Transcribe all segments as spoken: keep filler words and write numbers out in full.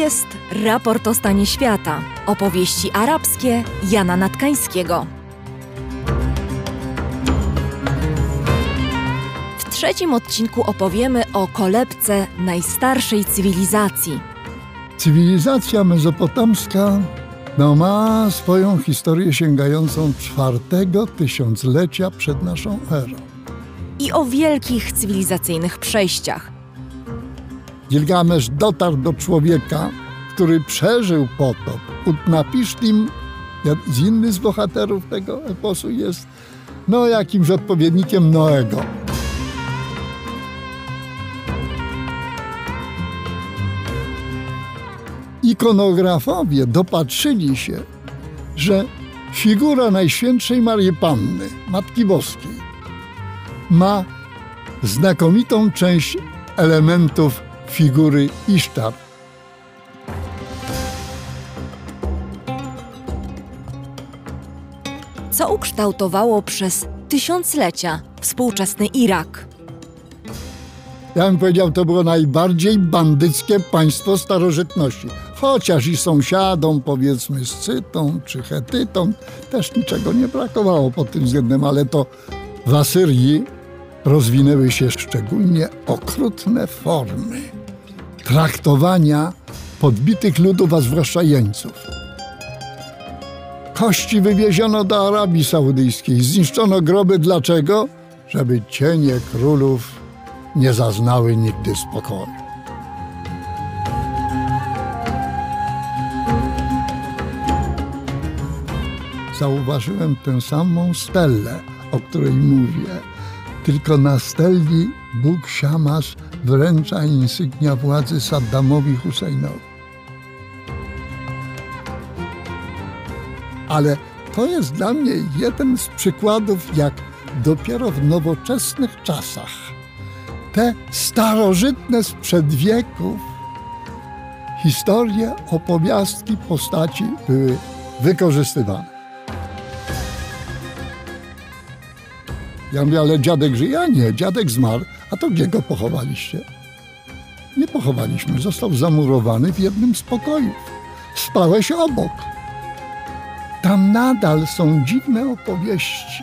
jest Raport o stanie świata. Opowieści arabskie Jana Natkańskiego. W trzecim odcinku opowiemy o kolebce najstarszej cywilizacji. Cywilizacja mezopotamska no, ma swoją historię sięgającą czwartego tysiąclecia przed naszą erą. I o wielkich cywilizacyjnych przejściach. Gilgamesz dotarł do człowieka, który przeżył potop. Utnapishtim, z inny z bohaterów tego eposu, jest no, jakimś odpowiednikiem Noego. Ikonografowie dopatrzyli się, że figura Najświętszej Maryi Panny, Matki Boskiej, ma znakomitą część elementów figury Isztar. Co ukształtowało przez tysiąclecia współczesny Irak? Ja bym powiedział, to było najbardziej bandyckie państwo starożytności. Chociaż i sąsiadom, powiedzmy, Scytom czy Chetytom, też niczego nie brakowało pod tym względem, ale to w Asyrii rozwinęły się szczególnie okrutne formy traktowania podbitych ludów, a zwłaszcza jeńców. Kości wywieziono do Arabii Saudyjskiej, zniszczono groby. Dlaczego? Żeby cienie królów nie zaznały nigdy spokoju. Zauważyłem tę samą stelę, o której mówię, tylko na steli Bóg Siamasz wręcza insygnia władzy Saddamowi Husseinowi. Ale to jest dla mnie jeden z przykładów, jak dopiero w nowoczesnych czasach te starożytne sprzed wieków historie, opowiastki, postaci były wykorzystywane. Ja mówię, ale dziadek żyje? A nie, dziadek zmarł. A to gdzie go pochowaliście? Nie pochowaliśmy, został zamurowany w jednym z pokojów. Spałeś obok. Tam nadal są dziwne opowieści.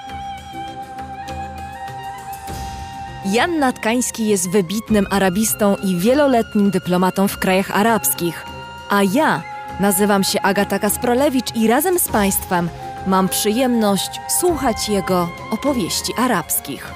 Jan Natkański jest wybitnym arabistą i wieloletnim dyplomatą w krajach arabskich. A ja nazywam się Agata Kasprolewicz i razem z Państwem mam przyjemność słuchać jego opowieści arabskich.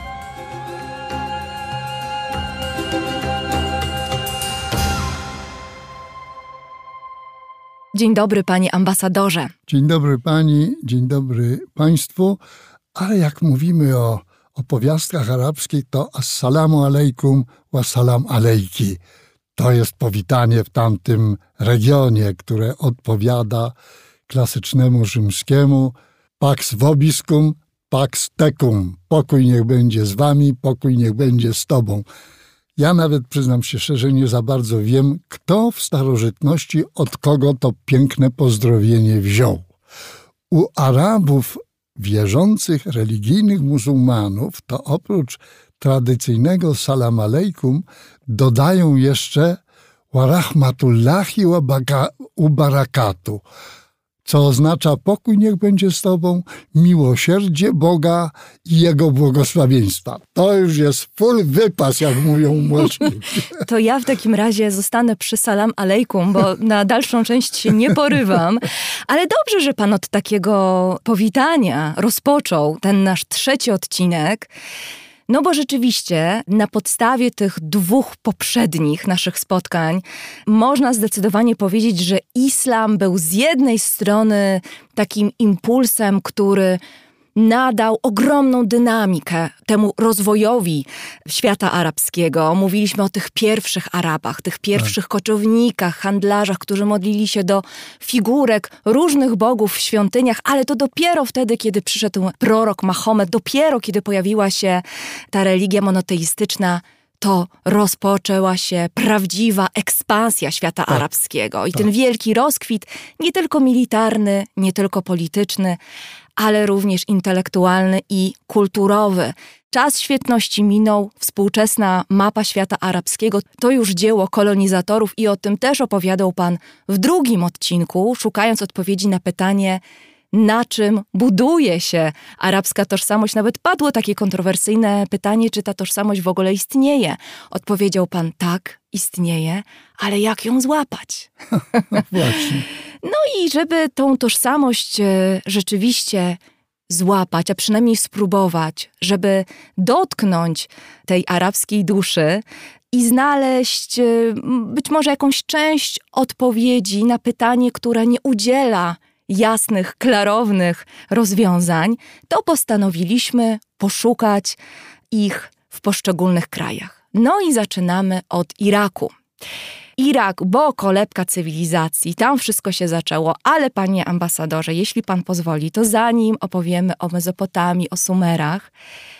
Dzień dobry, panie ambasadorze. Dzień dobry pani, dzień dobry państwu. Ale jak mówimy o opowiastkach arabskich, to assalamu alaikum wa salam alejki. To jest powitanie w tamtym regionie, które odpowiada klasycznemu rzymskiemu pax vobiscum, pax tecum. Pokój niech będzie z wami, pokój niech będzie z tobą. Ja nawet, przyznam się szczerze, nie za bardzo wiem, kto w starożytności od kogo to piękne pozdrowienie wziął. U Arabów wierzących, religijnych muzułmanów to oprócz tradycyjnego salam alejkum dodają jeszcze wa rahmatullahi wa barakatuh, co oznacza pokój niech będzie z tobą, miłosierdzie Boga i Jego błogosławieństwa. To już jest full wypas, jak mówią młodzi. To ja w takim razie zostanę przy salam alejkum, bo na dalszą część się nie porywam. Ale dobrze, że pan od takiego powitania rozpoczął ten nasz trzeci odcinek. No bo rzeczywiście na podstawie tych dwóch poprzednich naszych spotkań można zdecydowanie powiedzieć, że islam był z jednej strony takim impulsem, który nadał ogromną dynamikę temu rozwojowi świata arabskiego. Mówiliśmy o tych pierwszych Arabach, tych pierwszych koczownikach, handlarzach, którzy modlili się do figurek różnych bogów w świątyniach, ale to dopiero wtedy, kiedy przyszedł prorok Mahomet, dopiero kiedy pojawiła się ta religia monoteistyczna, to rozpoczęła się prawdziwa ekspansja świata tak, arabskiego. I tak. Ten wielki rozkwit, nie tylko militarny, nie tylko polityczny, ale również intelektualny i kulturowy. Czas świetności minął, współczesna mapa świata arabskiego to już dzieło kolonizatorów i o tym też opowiadał pan w drugim odcinku, szukając odpowiedzi na pytanie, na czym buduje się arabska tożsamość. Nawet padło takie kontrowersyjne pytanie, czy ta tożsamość w ogóle istnieje. Odpowiedział pan, tak, istnieje, ale jak ją złapać? Właśnie. No i żeby tą tożsamość rzeczywiście złapać, a przynajmniej spróbować, żeby dotknąć tej arabskiej duszy i znaleźć być może jakąś część odpowiedzi na pytanie, które nie udziela jasnych, klarownych rozwiązań, to postanowiliśmy poszukać ich w poszczególnych krajach. No i zaczynamy od Iraku. Irak, bo kolebka cywilizacji, tam wszystko się zaczęło, ale panie ambasadorze, jeśli pan pozwoli, to zanim opowiemy o Mezopotamii, o Sumerach,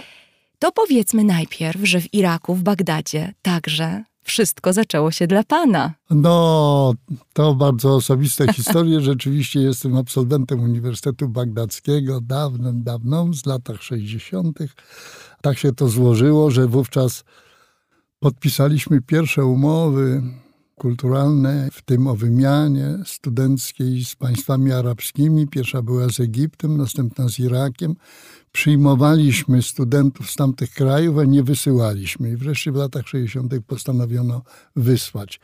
to powiedzmy najpierw, że w Iraku, w Bagdadzie także wszystko zaczęło się dla pana. No, to bardzo osobiste historie. Rzeczywiście jestem absolwentem Uniwersytetu Bagdadzkiego dawno, dawno, z latach sześćdziesiątych. Tak się to złożyło, że wówczas podpisaliśmy pierwsze umowy kulturalne, w tym o wymianie studenckiej z państwami arabskimi. Pierwsza była z Egiptem, następna z Irakiem. Przyjmowaliśmy studentów z tamtych krajów, a nie wysyłaliśmy. I wreszcie w latach sześćdziesiątych postanowiono wysłać.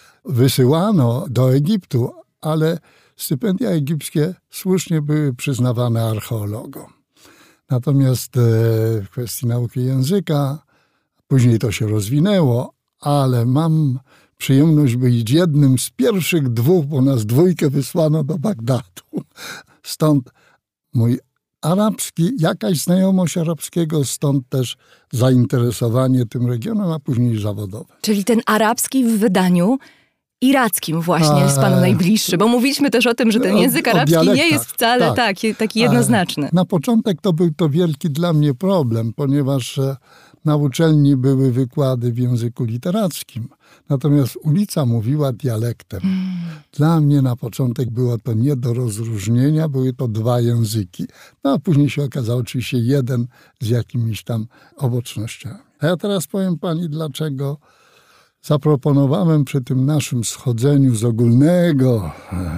Wysyłano do Egiptu, ale stypendia egipskie słusznie były przyznawane archeologom. Natomiast w kwestii nauki języka, później to się rozwinęło, ale mam przyjemność być jednym z pierwszych dwóch, bo nas dwójkę wysłano do Bagdadu. Stąd mój arabski, jakaś znajomość arabskiego, stąd też zainteresowanie tym regionem, a później zawodowe. Czyli ten arabski w wydaniu irackim właśnie jest panu najbliższy, bo mówiliśmy też o tym, że ten język arabski nie jest wcale tak. taki, taki jednoznaczny. Na początek to był to wielki dla mnie problem, ponieważ na uczelni były wykłady w języku literackim, natomiast ulica mówiła dialektem. Hmm. Dla mnie na początek było to nie do rozróżnienia, były to dwa języki. No a później się okazało oczywiście jeden z jakimiś tam obocznościami. A ja teraz powiem pani, dlaczego zaproponowałem przy tym naszym schodzeniu z ogólnego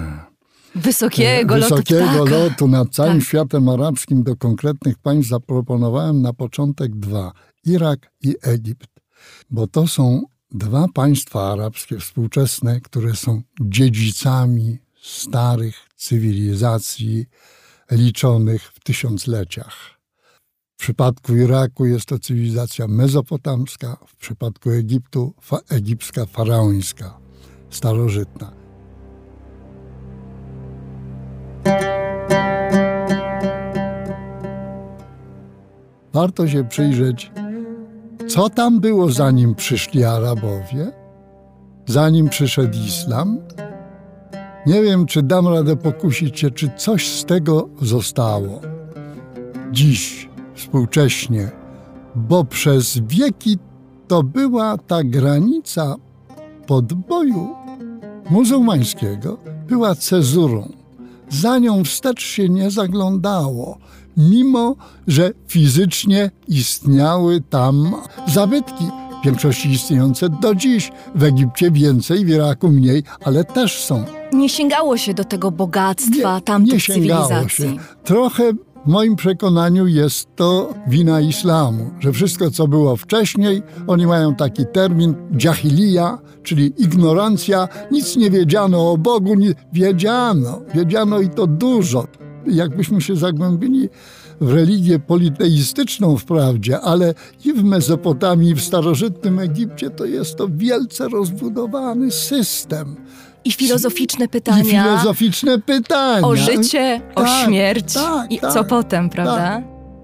Wysokiego, wysokiego lotu, tak. lotu nad całym tak. światem arabskim do konkretnych państw, zaproponowałem na początek dwa. Irak i Egipt. Bo to są dwa państwa arabskie współczesne, które są dziedzicami starych cywilizacji liczonych w tysiącleciach. W przypadku Iraku jest to cywilizacja mezopotamska, w przypadku Egiptu fa- egipska faraońska, starożytna. Warto się przyjrzeć, co tam było, zanim przyszli Arabowie, zanim przyszedł islam. Nie wiem, czy dam radę pokusić się, czy coś z tego zostało dziś, współcześnie, bo przez wieki to była ta granica podboju muzułmańskiego, była cezurą. Za nią wstecz się nie zaglądało, mimo że fizycznie istniały tam zabytki, w większości istniejące do dziś. W Egipcie więcej, w Iraku mniej, ale też są. Nie sięgało się do tego bogactwa nie, tamtych nie sięgało cywilizacji. Się. Trochę w moim przekonaniu jest to wina islamu, że wszystko, co było wcześniej, oni mają taki termin dżahilija, czyli ignorancja, nic nie wiedziano o Bogu, nie, wiedziano, wiedziano i to dużo. Jakbyśmy się zagłębili w religię politeistyczną wprawdzie, ale i w Mezopotamii, i w starożytnym Egipcie to jest to wielce rozbudowany system. I filozoficzne pytania. I filozoficzne pytania. O życie, o tak, śmierć tak, i tak, co potem, prawda? Tak.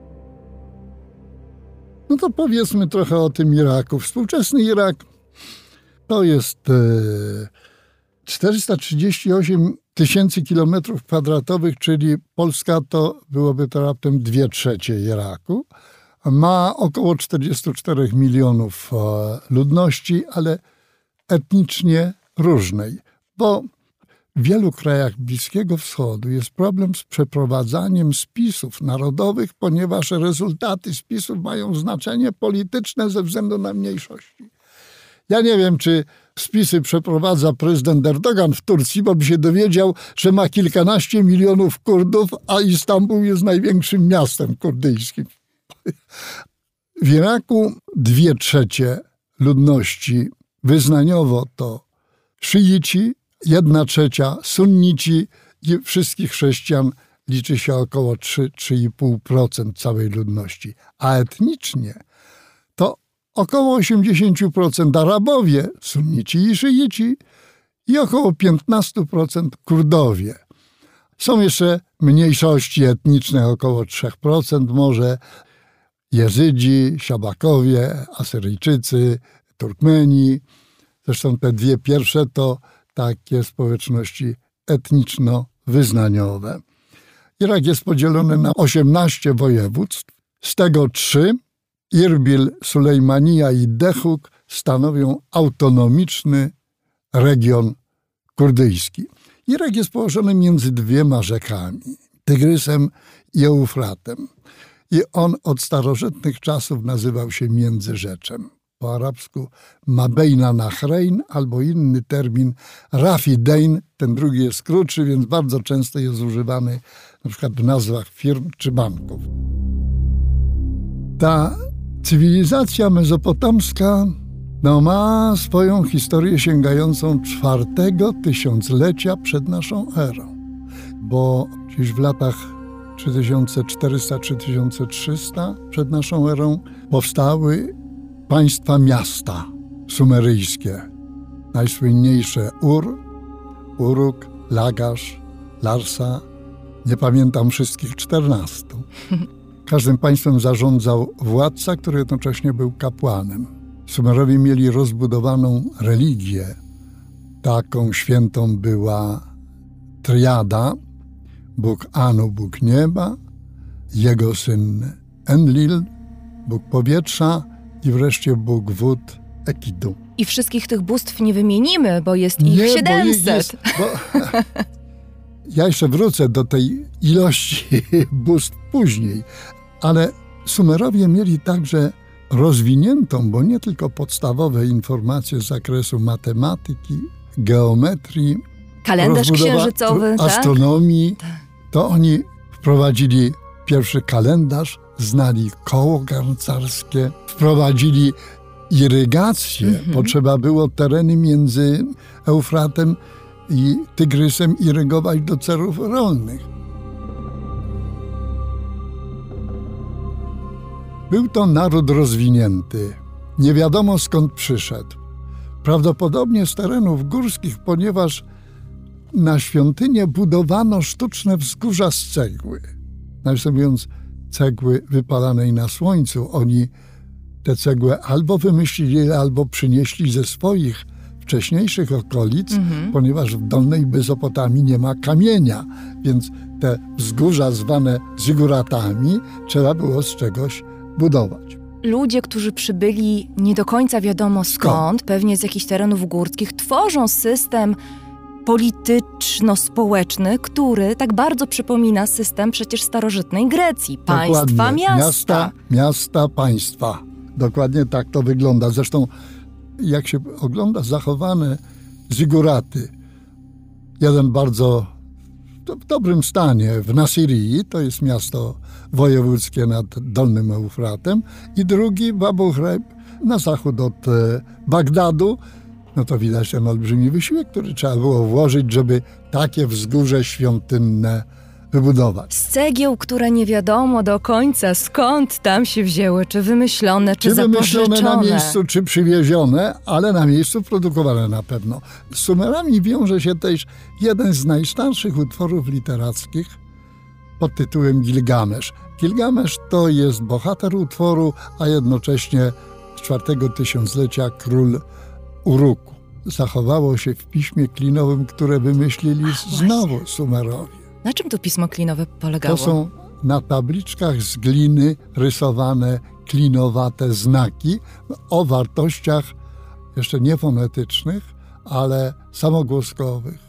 No to powiedzmy trochę o tym Iraku. Współczesny Irak to jest e, czterysta trzydzieści osiem tysięcy kilometrów kwadratowych, czyli Polska to byłoby to raptem dwie trzecie Iraku. Ma około czterdzieści cztery milionów e, ludności, ale etnicznie różnej. Bo w wielu krajach Bliskiego Wschodu jest problem z przeprowadzaniem spisów narodowych, ponieważ rezultaty spisów mają znaczenie polityczne ze względu na mniejszości. Ja nie wiem, czy spisy przeprowadza prezydent Erdogan w Turcji, bo by się dowiedział, że ma kilkanaście milionów Kurdów, a Istanbul jest największym miastem kurdyjskim. W Iraku dwie trzecie ludności wyznaniowo to szyici, jedna trzecia sunnici i wszystkich chrześcijan liczy się około trzy do trzech i pół procent całej ludności. A etnicznie to około osiemdziesiąt procent Arabowie, sunnici i szyici i około piętnaście procent Kurdowie. Są jeszcze mniejszości etniczne, około trzy procent może, Jezydzi, Siabakowie, Asyryjczycy, Turkmeni. Zresztą te dwie pierwsze to takie społeczności etniczno-wyznaniowe. Irak jest podzielony na osiemnaście województw, z tego trzy, Irbil, Sulejmania i Dehuk, stanowią autonomiczny region kurdyjski. Irak jest położony między dwiema rzekami, Tygrysem i Eufratem. I on od starożytnych czasów nazywał się Międzyrzeczem. Po arabsku Mabejna Nahrein albo inny termin Rafidein. Ten drugi jest krótszy, więc bardzo często jest używany na przykład w nazwach firm czy banków. Ta cywilizacja mezopotamska no, ma swoją historię sięgającą czwartego tysiąclecia przed naszą erą, bo gdzieś w latach trzy tysiące czterysta do trzy tysiące trzysta przed naszą erą powstały państwa miasta sumeryjskie. Najsłynniejsze Ur, Uruk, Lagash, Larsa. Nie pamiętam wszystkich czternastu. Każdym państwem zarządzał władca, który jednocześnie był kapłanem. Sumerowie mieli rozbudowaną religię. Taką świętą była triada, Bóg Anu, Bóg nieba, jego syn Enlil, Bóg powietrza i wreszcie Bóg wód Ekidu. I wszystkich tych bóstw nie wymienimy, bo jest ich nie, siedemset. Bo jest, bo... Ja jeszcze wrócę do tej ilości bóstw później, ale Sumerowie mieli także rozwiniętą, bo nie tylko podstawowe informacje z zakresu matematyki, geometrii, kalendarz księżycowy, astronomii. Tak? To oni wprowadzili pierwszy kalendarz, znali koło garncarskie, wprowadzili irygację. Mhm. Potrzeba było tereny między Eufratem i Tygrysem irygować do celów rolnych. Był to naród rozwinięty. Nie wiadomo skąd przyszedł. Prawdopodobnie z terenów górskich, ponieważ na świątynię budowano sztuczne wzgórza z cegły. Nawiasem mówiąc, cegły wypalanej na słońcu. Oni tę cegłę albo wymyślili, albo przynieśli ze swoich wcześniejszych okolic, mm-hmm. ponieważ w Dolnej Mezopotamii nie ma kamienia, więc te wzgórza zwane ziguratami trzeba było z czegoś budować. Ludzie, którzy przybyli nie do końca wiadomo skąd, skąd? pewnie z jakichś terenów górskich, tworzą system polityczno-społeczny, który tak bardzo przypomina system przecież starożytnej Grecji. Państwa, Dokładnie. miasta. Miasta, miasta, państwa. Dokładnie tak to wygląda. Zresztą jak się ogląda zachowane ziguraty, jeden bardzo w dobrym stanie w Nasirii, to jest miasto wojewódzkie nad Dolnym Eufratem, i drugi w Abu Ghraib na zachód od Bagdadu. No to widać ten olbrzymi wysiłek, który trzeba było włożyć, żeby takie wzgórze świątynne wybudować. Z cegieł, które nie wiadomo do końca skąd tam się wzięły, czy wymyślone, czy, czy zapożyczone. wymyślone na miejscu, czy przywiezione, ale na miejscu produkowane na pewno. Z Sumerami wiąże się też jeden z najstarszych utworów literackich pod tytułem Gilgamesz. Gilgamesz to jest bohater utworu, a jednocześnie z czwartego tysiąclecia król Uruku. Zachowało się w piśmie klinowym, które wymyślili Ach, znowu Sumerowie. Na czym to pismo klinowe polegało? To są na tabliczkach z gliny rysowane klinowate znaki o wartościach jeszcze nie fonetycznych, ale samogłoskowych,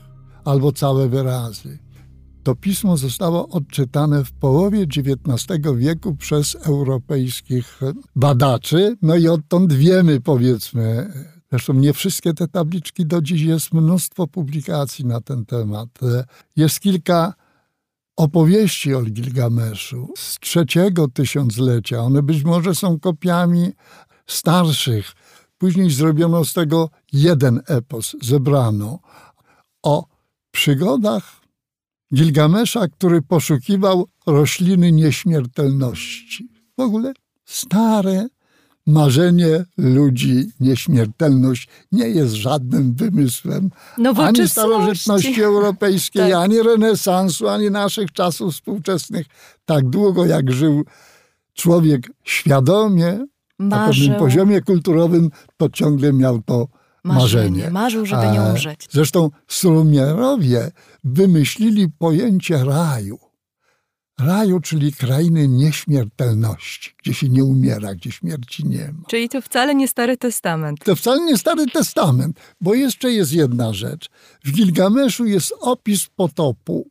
albo całe wyrazy. To pismo zostało odczytane w połowie dziewiętnastego wieku przez europejskich badaczy, no i odtąd wiemy, powiedzmy, zresztą nie wszystkie te tabliczki do dziś, jest mnóstwo publikacji na ten temat. Jest kilka opowieści o Gilgameszu z trzeciego tysiąclecia. One być może są kopiami starszych. Później zrobiono z tego jeden epos, zebrano o przygodach Gilgamesza, który poszukiwał rośliny nieśmiertelności. W ogóle stare marzenie ludzi, nieśmiertelność nie jest żadnym wymysłem ani starożytności europejskiej, tak. ani renesansu, ani naszych czasów współczesnych. Tak długo jak żył człowiek świadomie, Marzył. na pewnym poziomie kulturowym, to ciągle miał to marzenie. marzenie. Marzył, żeby nie umrzeć. Zresztą Sumierowie wymyślili pojęcie raju. Raju, czyli krainy nieśmiertelności, gdzie się nie umiera, gdzie śmierci nie ma. Czyli to wcale nie Stary Testament. To wcale nie Stary Testament, bo jeszcze jest jedna rzecz. W Gilgameszu jest opis potopu,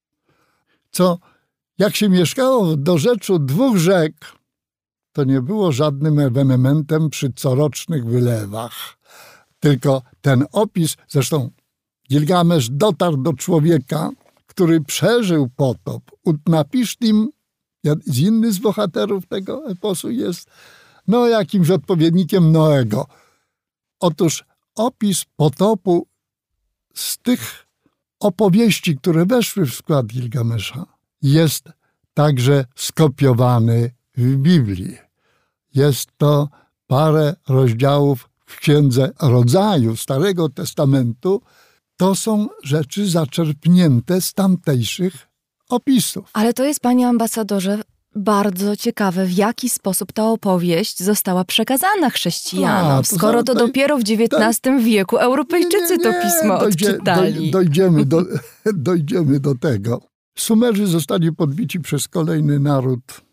co jak się mieszkało w dorzeczu dwóch rzek, to nie było żadnym ewenementem przy corocznych wylewach. Tylko ten opis, zresztą Gilgamesz dotarł do człowieka, który przeżył potop. Utnapishtim, z inny z bohaterów tego eposu jest, no jakimś odpowiednikiem Noego. Otóż opis potopu z tych opowieści, które weszły w skład Gilgamesza, jest także skopiowany w Biblii. Jest to parę rozdziałów w Księdze Rodzaju Starego Testamentu. To są rzeczy zaczerpnięte z tamtejszych opisów. Ale to jest, panie ambasadorze, bardzo ciekawe, w jaki sposób ta opowieść została przekazana chrześcijanom, A, to skoro to dopiero w dziewiętnastym to... wieku Europejczycy nie, nie, nie. to pismo Dojdzie, odczytali. Doj, dojdziemy, do, dojdziemy do tego. Sumerzy zostali podbici przez kolejny naród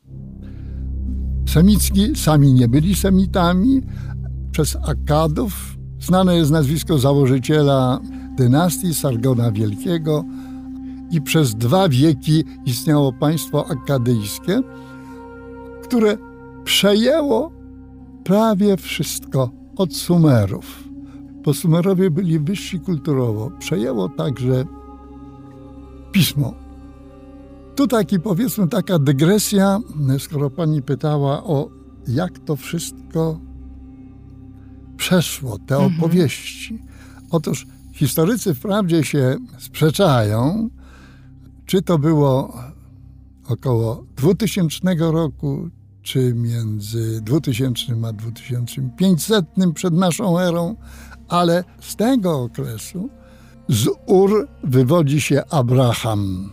semicki. Sami nie byli Semitami. Przez Akkadów. Znane jest nazwisko założyciela dynastii Sargona Wielkiego i przez dwa wieki istniało państwo akkadyjskie, które przejęło prawie wszystko od Sumerów. Bo Sumerowie byli wyżsi kulturowo. Przejęło także pismo. Tu taki, powiedzmy, taka dygresja, skoro pani pytała o jak to wszystko przeszło, te mhm. opowieści. Otóż historycy wprawdzie się sprzeczają, czy to było około dwutysięcznego roku, czy między dwutysięcznym a dwa tysiące pięćsetnym przed naszą erą, ale z tego okresu z Ur wywodzi się Abraham.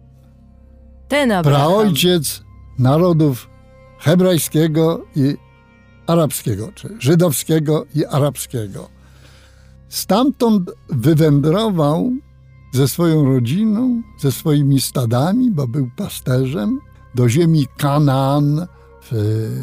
Ten Abraham. Praojciec narodów hebrajskiego i arabskiego, czy żydowskiego i arabskiego. Stamtąd wywędrował ze swoją rodziną, ze swoimi stadami, bo był pasterzem, do ziemi Kanaan w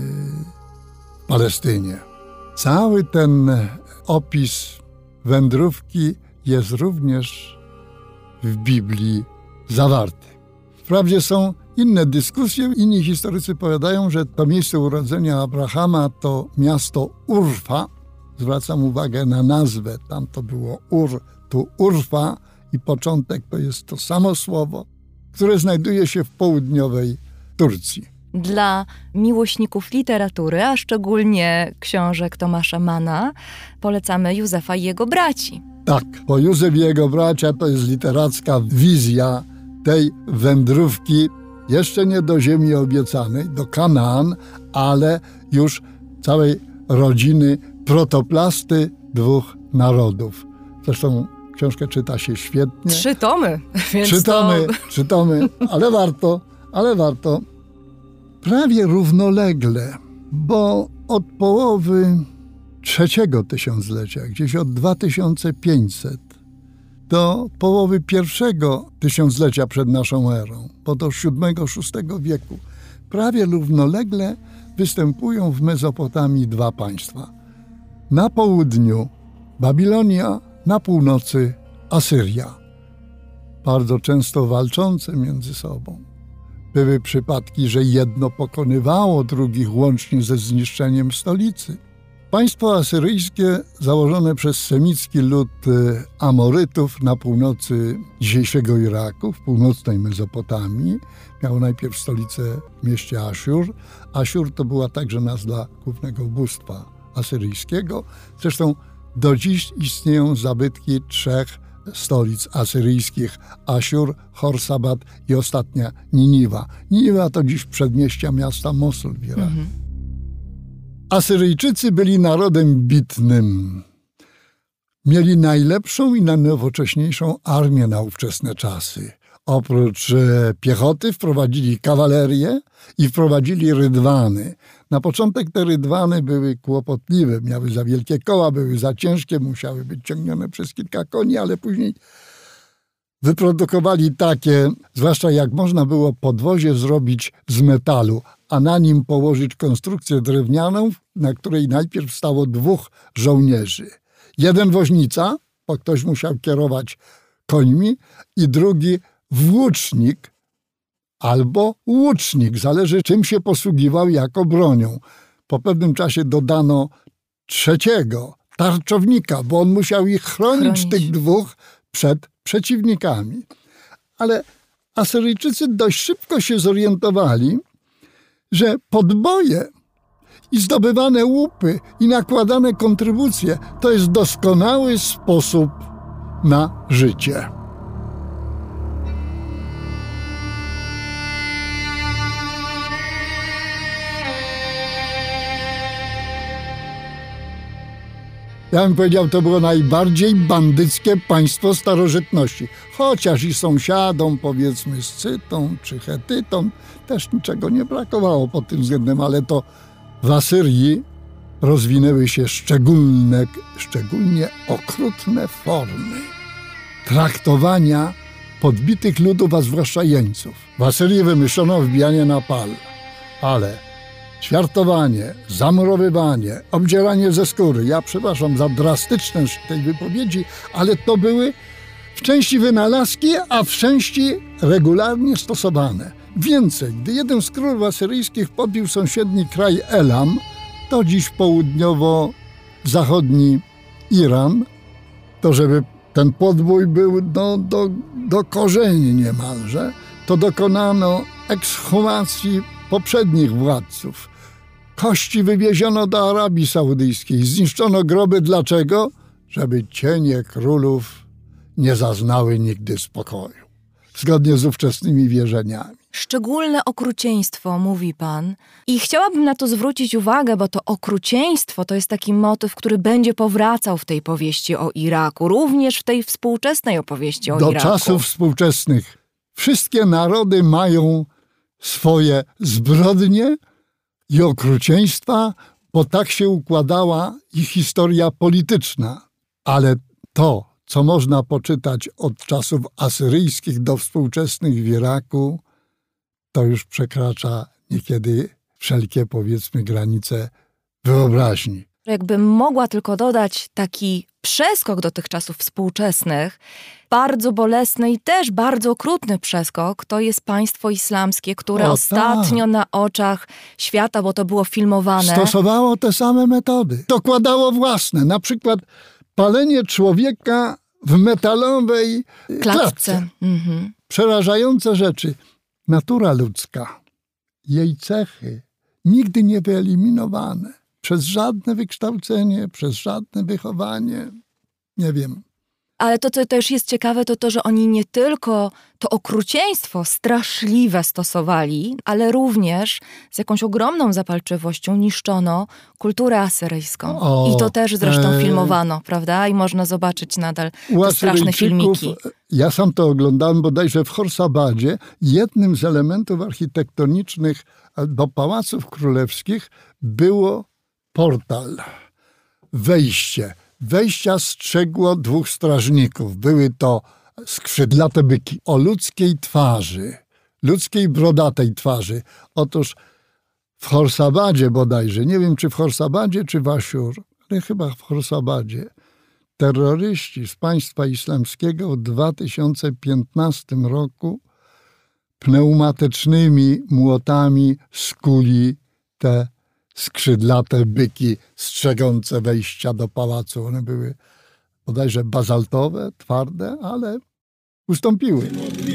Palestynie. Cały ten opis wędrówki jest również w Biblii zawarty. Wprawdzie są inne dyskusje. Inni historycy powiadają, że to miejsce urodzenia Abrahama to miasto Urfa. Zwracam uwagę na nazwę. Tam to było Ur, tu Urfa i początek to jest to samo słowo, które znajduje się w południowej Turcji. Dla miłośników literatury, a szczególnie książek Tomasza Manna, polecamy Józefa i jego braci. Tak, bo Józef i jego bracia to jest literacka wizja tej wędrówki, jeszcze nie do ziemi obiecanej, do Kanaan, ale już całej rodziny protoplasty dwóch narodów. Zresztą książkę czyta się świetnie. Trzy tomy. Więc trzy tomy, to... trzy tomy, ale warto, ale warto. Prawie równolegle, bo od połowy trzeciego tysiąclecia, gdzieś od dwa tysiące pięćset, do połowy pierwszego tysiąclecia przed naszą erą, bo do siódmego szóstego wieku, prawie równolegle występują w Mezopotamii dwa państwa. Na południu Babilonia, na północy Asyria. bardzo często walczące między sobą. Były przypadki, że jedno pokonywało drugich łącznie ze zniszczeniem stolicy. Państwo asyryjskie założone przez semicki lud Amorytów na północy dzisiejszego Iraku, w północnej Mezopotamii, miało najpierw stolicę w mieście Aszur. Aszur to była także nazwa głównego bóstwa asyryjskiego. Zresztą do dziś istnieją zabytki trzech stolic asyryjskich: Aszur, Chorsabat i ostatnia Niniwa. Niniwa to dziś przedmieścia miasta Mosul w Iraku. Mhm. Asyryjczycy byli narodem bitnym. Mieli najlepszą i najnowocześniejszą armię na ówczesne czasy. Oprócz piechoty wprowadzili kawalerię i wprowadzili rydwany. Na początek te rydwany były kłopotliwe, miały za wielkie koła, były za ciężkie, musiały być ciągnione przez kilka koni, ale później wyprodukowali takie, zwłaszcza jak można było podwozie zrobić z metalu, a na nim położyć konstrukcję drewnianą, na której najpierw stało dwóch żołnierzy. Jeden woźnica, bo ktoś musiał kierować końmi, i drugi włócznik albo łucznik, zależy czym się posługiwał jako bronią. Po pewnym czasie dodano trzeciego, tarczownika, bo on musiał ich chronić, chronić. tych dwóch przed przeciwnikami. Ale Asyryjczycy dość szybko się zorientowali, że podboje i zdobywane łupy i nakładane kontrybucje to jest doskonały sposób na życie. Ja bym powiedział, to było najbardziej bandyckie państwo starożytności. Chociaż i sąsiadom, powiedzmy Scytom czy Chetytom, też niczego nie brakowało pod tym względem, ale to w Asyrii rozwinęły się szczególne, szczególnie okrutne formy traktowania podbitych ludów, a zwłaszcza jeńców. W Asyrii wymyślono wbijanie na pal, ale ćwiartowanie, zamurowywanie, obdzieranie ze skóry. Ja przepraszam za drastyczność tej wypowiedzi, ale to były w części wynalazki, a w części regularnie stosowane. Więcej, gdy jeden z królów asyryjskich podbił sąsiedni kraj Elam, to dziś południowo-zachodni Iran, to żeby ten podbój był do, do, do korzeni niemalże, to dokonano ekshumacji poprzednich władców. Kości wywieziono do Arabii Saudyjskiej, zniszczono groby. Dlaczego? Żeby cienie królów nie zaznały nigdy spokoju, zgodnie z ówczesnymi wierzeniami. Szczególne okrucieństwo, mówi pan. I chciałabym na to zwrócić uwagę, bo to okrucieństwo to jest taki motyw, który będzie powracał w tej powieści o Iraku, również w tej współczesnej opowieści o Do Iraku. Do czasów współczesnych wszystkie narody mają swoje zbrodnie i okrucieństwa, bo tak się układała ich historia polityczna. Ale to, co można poczytać od czasów asyryjskich do współczesnych w Iraku, to już przekracza niekiedy wszelkie, powiedzmy, granice wyobraźni. Jakbym mogła tylko dodać taki przeskok do tych czasów współczesnych, bardzo bolesny i też bardzo okrutny przeskok, to jest państwo islamskie, które o, ostatnio tak. na oczach świata, bo to było filmowane, stosowało te same metody. Dokładało własne, na przykład palenie człowieka w metalowej klatce. klatce. Mhm. Przerażające rzeczy. Natura ludzka, jej cechy nigdy nie wyeliminowane przez żadne wykształcenie, przez żadne wychowanie, nie wiem. Ale to, co też jest ciekawe, to to, że oni nie tylko to okrucieństwo straszliwe stosowali, ale również z jakąś ogromną zapalczywością niszczono kulturę asyryjską. O, I to też zresztą e... filmowano, prawda? I można zobaczyć nadal te straszne filmiki. Ja sam to oglądałem bodajże w Chorsabadzie. Jednym z elementów architektonicznych do pałaców królewskich było portal, wejście. Wejścia strzegło dwóch strażników. Były to skrzydlate byki o ludzkiej twarzy, ludzkiej brodatej twarzy. Otóż w Chorsabadzie bodajże, nie wiem czy w Chorsabadzie czy w Aszur, ale chyba w Chorsabadzie, terroryści z państwa islamskiego w dwa tysiące piętnastym roku pneumatycznymi młotami skuli te skrzydlate byki strzegące wejścia do pałacu. One były bodajże bazaltowe, twarde, ale ustąpiły.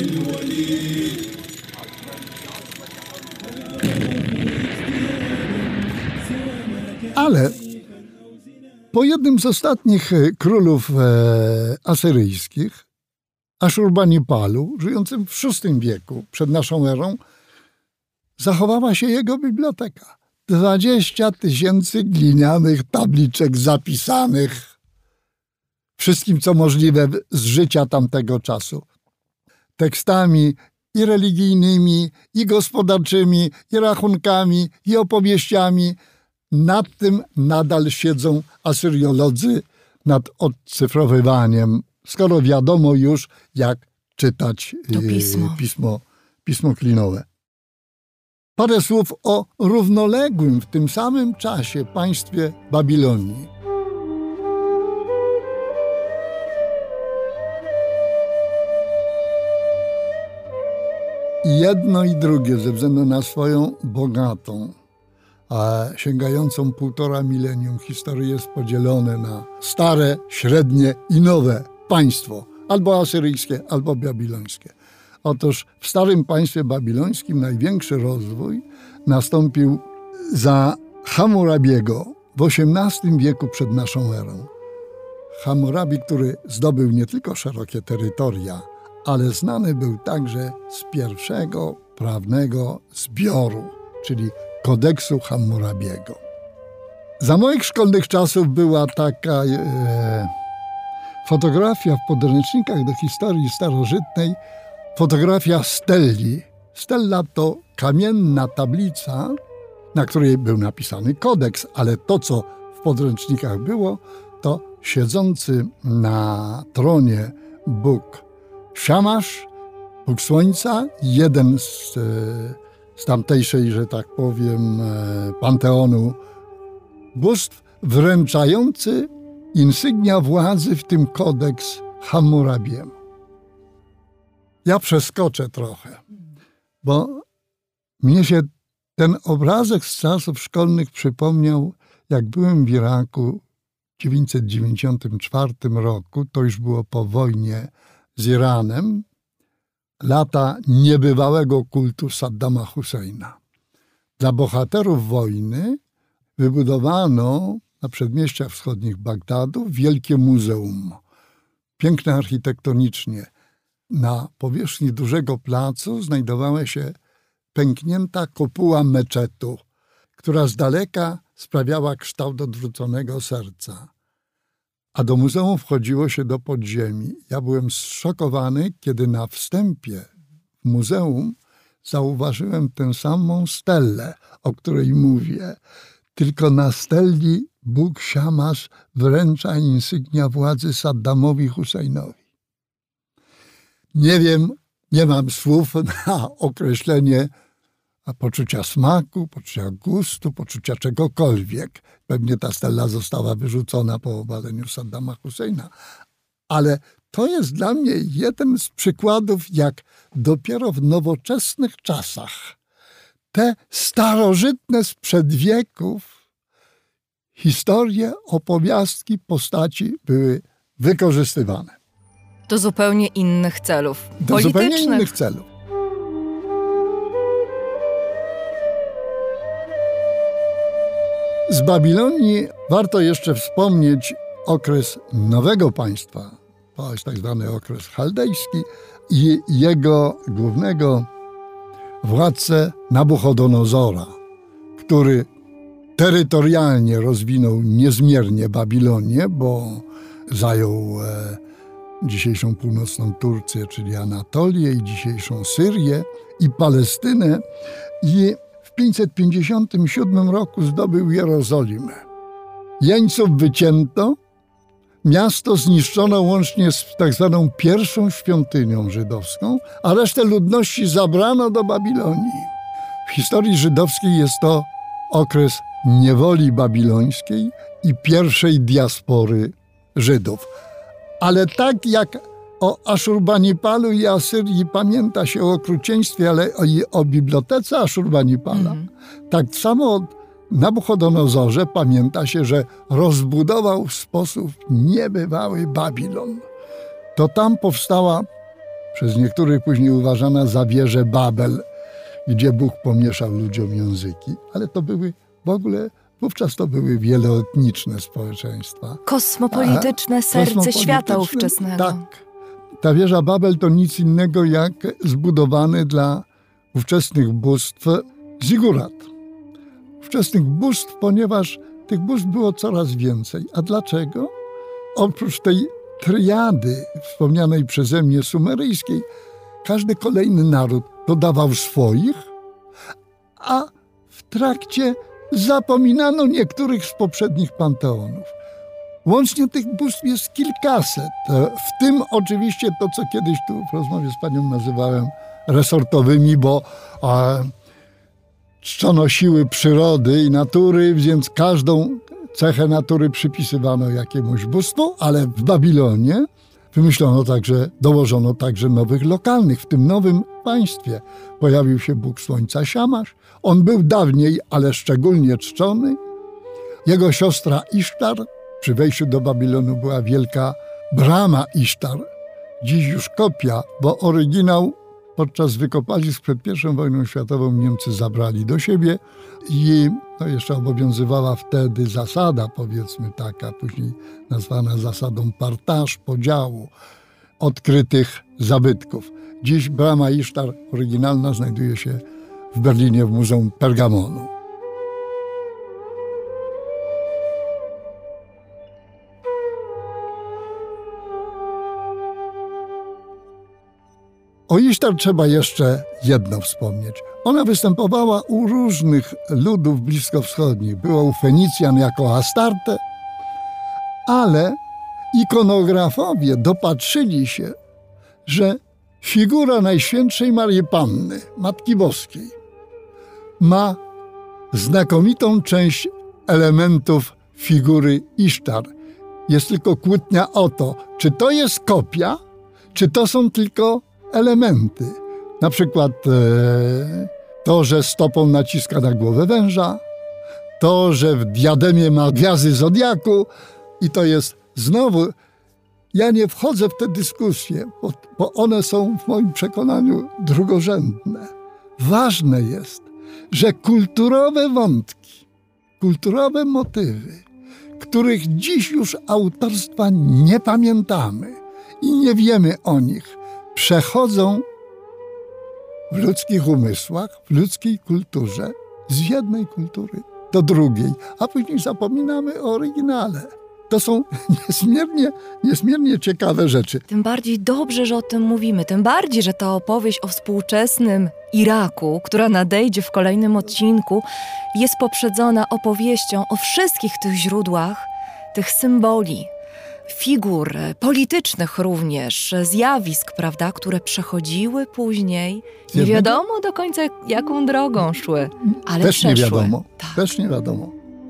Ale po jednym z ostatnich królów e, asyryjskich, Aszurbanipalu, żyjącym w szóstym wieku przed naszą erą, zachowała się jego biblioteka. Dwadzieścia tysięcy glinianych tabliczek zapisanych wszystkim, co możliwe z życia tamtego czasu. Tekstami i religijnymi, i gospodarczymi, i rachunkami, i opowieściami. Nad tym nadal siedzą asyriolodzy, nad odcyfrowywaniem, skoro wiadomo już, jak czytać to pismo. pismo, pismo klinowe. Parę słów o równoległym w tym samym czasie państwie Babilonii. Jedno i drugie ze względu na swoją bogatą, a sięgającą półtora milenium historii jest podzielone na stare, średnie i nowe państwo, albo asyryjskie, albo babilońskie. Otóż w starym państwie babilońskim największy rozwój nastąpił za Hammurabiego w osiemnastym wieku przed naszą erą. Hammurabi, który zdobył nie tylko szerokie terytoria, ale znany był także z pierwszego prawnego zbioru, czyli kodeksu Hammurabiego. Za moich szkolnych czasów była taka e, fotografia w podręcznikach do historii starożytnej, fotografia stelli. Stella to kamienna tablica, na której był napisany kodeks, ale to, co w podręcznikach było, to siedzący na tronie Bóg Szamasz, Bóg Słońca, jeden z, z tamtejszej, że tak powiem, panteonu bóstw, wręczający insygnia władzy, w tym kodeks Hammurabiemu. Ja przeskoczę trochę, bo mnie się ten obrazek z czasów szkolnych przypomniał, jak byłem w Iraku w dziewięćset dziewięćdziesiątym czwartym roku, to już było po wojnie z Iranem, lata niebywałego kultu Saddama Husseina. Dla bohaterów wojny wybudowano na przedmieściach wschodnich Bagdadu wielkie muzeum, piękne architektonicznie. Na powierzchni dużego placu znajdowała się pęknięta kopuła meczetu, która z daleka sprawiała kształt odwróconego serca. A do muzeum wchodziło się do podziemi. Ja byłem zszokowany, kiedy na wstępie w muzeum zauważyłem tę samą stellę, o której mówię. Tylko na stelli Bóg Szamasz wręcza insygnia władzy Saddamowi Husseinowi. Nie wiem, nie mam słów na określenie poczucia smaku, poczucia gustu, poczucia czegokolwiek. Pewnie ta stella została wyrzucona po obaleniu Saddama Husseina. Ale to jest dla mnie jeden z przykładów, jak dopiero w nowoczesnych czasach te starożytne sprzed wieków historie, opowiastki, postaci były wykorzystywane. Do zupełnie innych celów Do politycznych. zupełnie innych celów. Z Babilonii warto jeszcze wspomnieć okres nowego państwa, to jest tak zwany okres chaldejski, i jego głównego władcę Nabuchodonozora, który terytorialnie rozwinął niezmiernie Babilonię, bo zajął e, dzisiejszą północną Turcję, czyli Anatolię, i dzisiejszą Syrię i Palestynę, i w pięćset pięćdziesiątym siódmym roku zdobył Jerozolimę. Jeńców wycięto, miasto zniszczono łącznie z tak zwaną pierwszą świątynią żydowską, a resztę ludności zabrano do Babilonii. W historii żydowskiej jest to okres niewoli babilońskiej i pierwszej diaspory Żydów. Ale tak jak o Aszurbanipalu i Asyrii pamięta się o okrucieństwie, ale i o bibliotece Aszurbanipala, mm. tak samo o Nabuchodonozorze pamięta się, że rozbudował w sposób niebywały Babilon. To tam powstała, przez niektórych później uważana za wieżę Babel, gdzie Bóg pomieszał ludziom języki. Ale to były w ogóle, wówczas to były wieloetniczne społeczeństwa. Kosmopolityczne A, serce kosmopolityczne, świata ówczesnego. Tak. Ta wieża Babel to nic innego jak zbudowany dla ówczesnych bóstw zigurat. Ówczesnych bóstw, ponieważ tych bóstw było coraz więcej. A dlaczego? Oprócz tej triady wspomnianej przeze mnie sumeryjskiej, każdy kolejny naród dodawał swoich, a w trakcie zapominano niektórych z poprzednich panteonów. Łącznie tych bóstw jest kilkaset. W tym oczywiście to, co kiedyś tu w rozmowie z panią nazywałem resortowymi, bo e, czczono siły przyrody i natury, więc każdą cechę natury przypisywano jakiemuś bóstwu, ale w Babilonie wymyślono także, dołożono także nowych lokalnych. W tym nowym państwie pojawił się Bóg Słońca Siamasz. On był dawniej, ale szczególnie czczony. Jego siostra Isztar. Przy wejściu do Babilonu była wielka brama Isztar. Dziś już kopia, bo oryginał podczas wykopalisk przed pierwszą wojną światową Niemcy zabrali do siebie i no jeszcze obowiązywała wtedy zasada, powiedzmy taka, później nazwana zasadą partage, podziału odkrytych zabytków. Dziś brama Isztar oryginalna znajduje się w Berlinie w Muzeum Pergamonu. O Isztar trzeba jeszcze jedno wspomnieć. Ona występowała u różnych ludów bliskowschodnich. Była u Fenicjan jako Astarte, ale ikonografowie dopatrzyli się, że figura Najświętszej Maryi Panny, Matki Boskiej, ma znakomitą część elementów figury Isztar. Jest tylko kłótnia o to, czy to jest kopia, czy to są tylko elementy. Na przykład e, to, że stopą naciska na głowę węża, to, że w diademie ma gwiazdy zodiaku i to jest znowu, ja nie wchodzę w te dyskusje, bo, bo one są w moim przekonaniu drugorzędne. Ważne jest, że kulturowe wątki, kulturowe motywy, których dziś już autorstwa nie pamiętamy i nie wiemy o nich, przechodzą w ludzkich umysłach, w ludzkiej kulturze z jednej kultury do drugiej, a później zapominamy o oryginale. To są niezmiernie, niezmiernie ciekawe rzeczy. Tym bardziej dobrze, że o tym mówimy. Tym bardziej, że ta opowieść o współczesnym Iraku, która nadejdzie w kolejnym odcinku, jest poprzedzona opowieścią o wszystkich tych źródłach, tych symboli, figur politycznych również, zjawisk, prawda, które przechodziły później. Nie wiadomo do końca, jaką drogą szły, ale Też przeszły. nie wiadomo. Tak. Też nie wiadomo.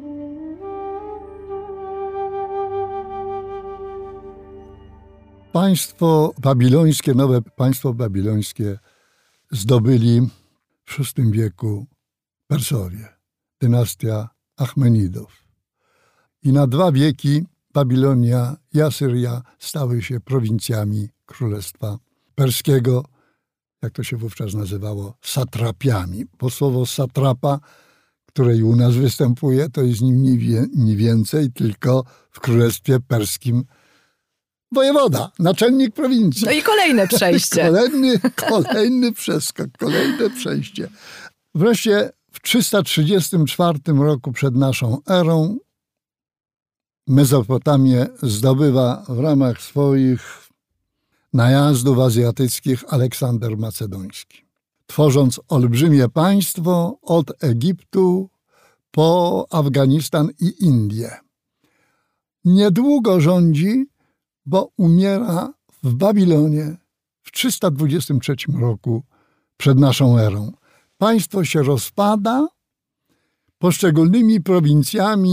Państwo babilońskie, nowe państwo babilońskie zdobyli w szóstym wieku Persowie, dynastia Achmenidów. I na dwa wieki Babilonia i Asyria stały się prowincjami Królestwa Perskiego, jak to się wówczas nazywało, satrapiami. Bo słowo satrapa, które i u nas występuje, to jest nim nie, wie, nie więcej, tylko w Królestwie Perskim wojewoda, naczelnik prowincji. No i kolejne przejście. Kolejny, kolejny przeskok, kolejne przejście. Wreszcie w trzysta trzydziestym czwartym roku przed naszą erą Mezopotamię zdobywa w ramach swoich najazdów azjatyckich Aleksander Macedoński, tworząc olbrzymie państwo od Egiptu po Afganistan i Indię. Niedługo rządzi, bo umiera w Babilonie w trzysta dwudziestym trzecim roku przed naszą erą. Państwo się rozpada, poszczególnymi prowincjami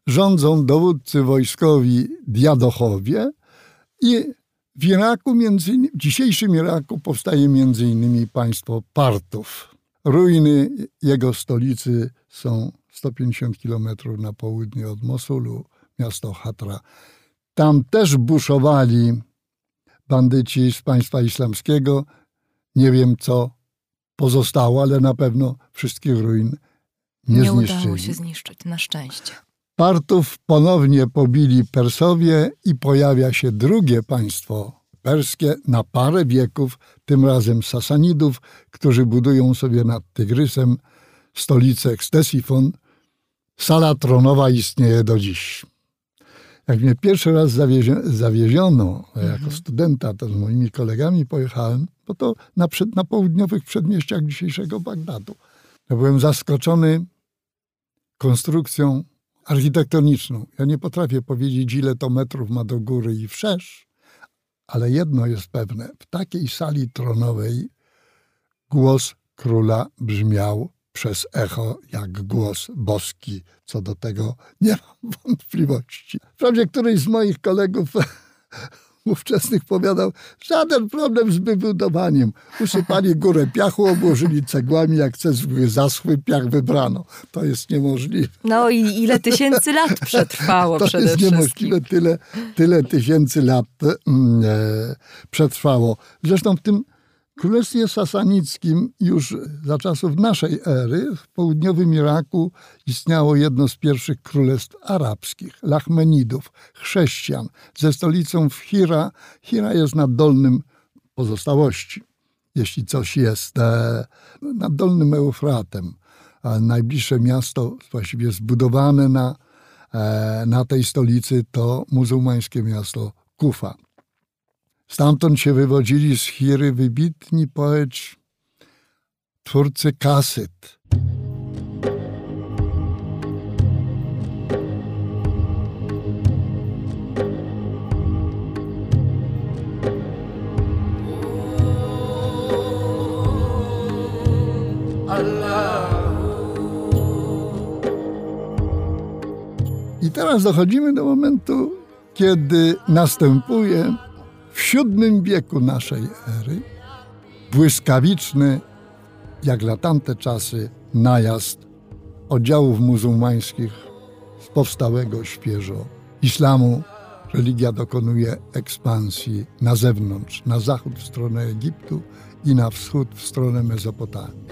rządzą dowódcy wojskowi diadochowie i w Iraku, między innymi, w dzisiejszym Iraku powstaje między innymi państwo Partów. Ruiny jego stolicy są sto pięćdziesiąt kilometrów na południe od Mosulu, miasto Hatra. Tam też buszowali bandyci z państwa islamskiego. Nie wiem, co pozostało, ale na pewno wszystkich ruin nie, nie zniszczyli. Nie udało się zniszczyć, na szczęście. Partów ponownie pobili Persowie i pojawia się drugie państwo perskie na parę wieków, tym razem Sasanidów, którzy budują sobie nad Tygrysem stolicę Ktesifon. Sala tronowa istnieje do dziś. Jak mnie pierwszy raz zawiezio, zawieziono mhm. jako studenta, to z moimi kolegami pojechałem, bo to na, przed, na południowych przedmieściach dzisiejszego Bagdadu. Ja byłem zaskoczony konstrukcją architektoniczną. Ja nie potrafię powiedzieć, ile to metrów ma do góry i wszerz, ale jedno jest pewne. W takiej sali tronowej głos króla brzmiał przez echo jak głos boski. Co do tego nie mam wątpliwości. Wprawdzie któryś z moich kolegów ówczesnych powiadał, żaden problem z wybudowaniem. Usypali górę piachu, obłożyli cegłami, jak cegły zaschły, piach wybrano. To jest niemożliwe. No i ile tysięcy lat przetrwało to przede wszystkim. To jest niemożliwe, tyle, tyle tysięcy lat mm, e, przetrwało. Zresztą w tym Królestwie Sasanickim już za czasów naszej ery w południowym Iraku istniało jedno z pierwszych królestw arabskich, Lachmenidów, chrześcijan, ze stolicą w Hira. Hira jest nad dolnym pozostałości, jeśli coś jest, e, nad dolnym Eufratem. A najbliższe miasto właściwie zbudowane na, e, na tej stolicy to muzułmańskie miasto Kufa. Stamtąd się wywodzili z Hiry wybitni poeci, twórcy kasyt. I teraz dochodzimy do momentu, kiedy następuje w siódmym wieku naszej ery błyskawiczny, jak na tamte czasy, najazd oddziałów muzułmańskich z powstałego świeżo islamu. Religia dokonuje ekspansji na zewnątrz, na zachód w stronę Egiptu i na wschód w stronę Mezopotamii.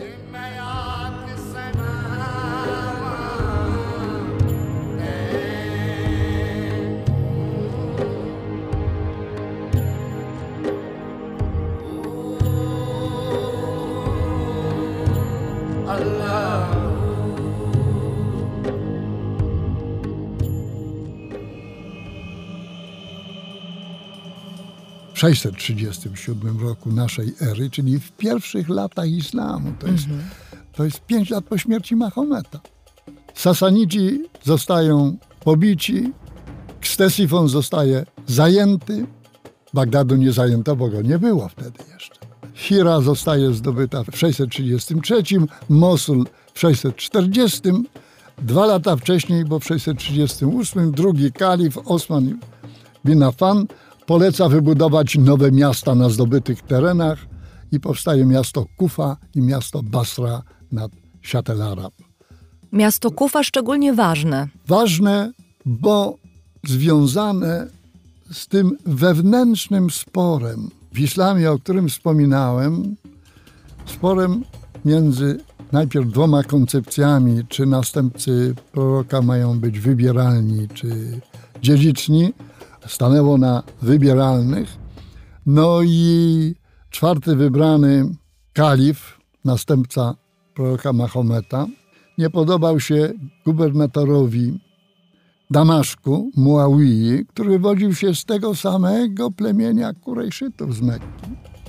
W sześćset trzydziestym siódmym roku naszej ery, czyli w pierwszych latach islamu. To jest, mhm. to jest pięć lat po śmierci Mahometa. Sasanidzi zostają pobici, Ktesifon zostaje zajęty, Bagdadu nie zajęto, bo go nie było wtedy jeszcze. Hira zostaje zdobyta w sześćset trzydziestym trzecim, Mosul w sześćset czterdziestym. Dwa lata wcześniej, bo w sześćset trzydziestym ósmym drugi kalif Osman bin Affan poleca wybudować nowe miasta na zdobytych terenach i powstaje miasto Kufa i miasto Basra nad Siat el-Arab. Miasto Kufa szczególnie ważne. Ważne, bo związane z tym wewnętrznym sporem w islamie, o którym wspominałem, sporem między najpierw dwoma koncepcjami, czy następcy proroka mają być wybieralni, czy dziedziczni, stanęło na wybieralnych. No i czwarty wybrany kalif, następca proroka Mahometa, nie podobał się gubernatorowi Damaszku, Muawii, który wywodził się z tego samego plemienia Kurejszytów z Mekki.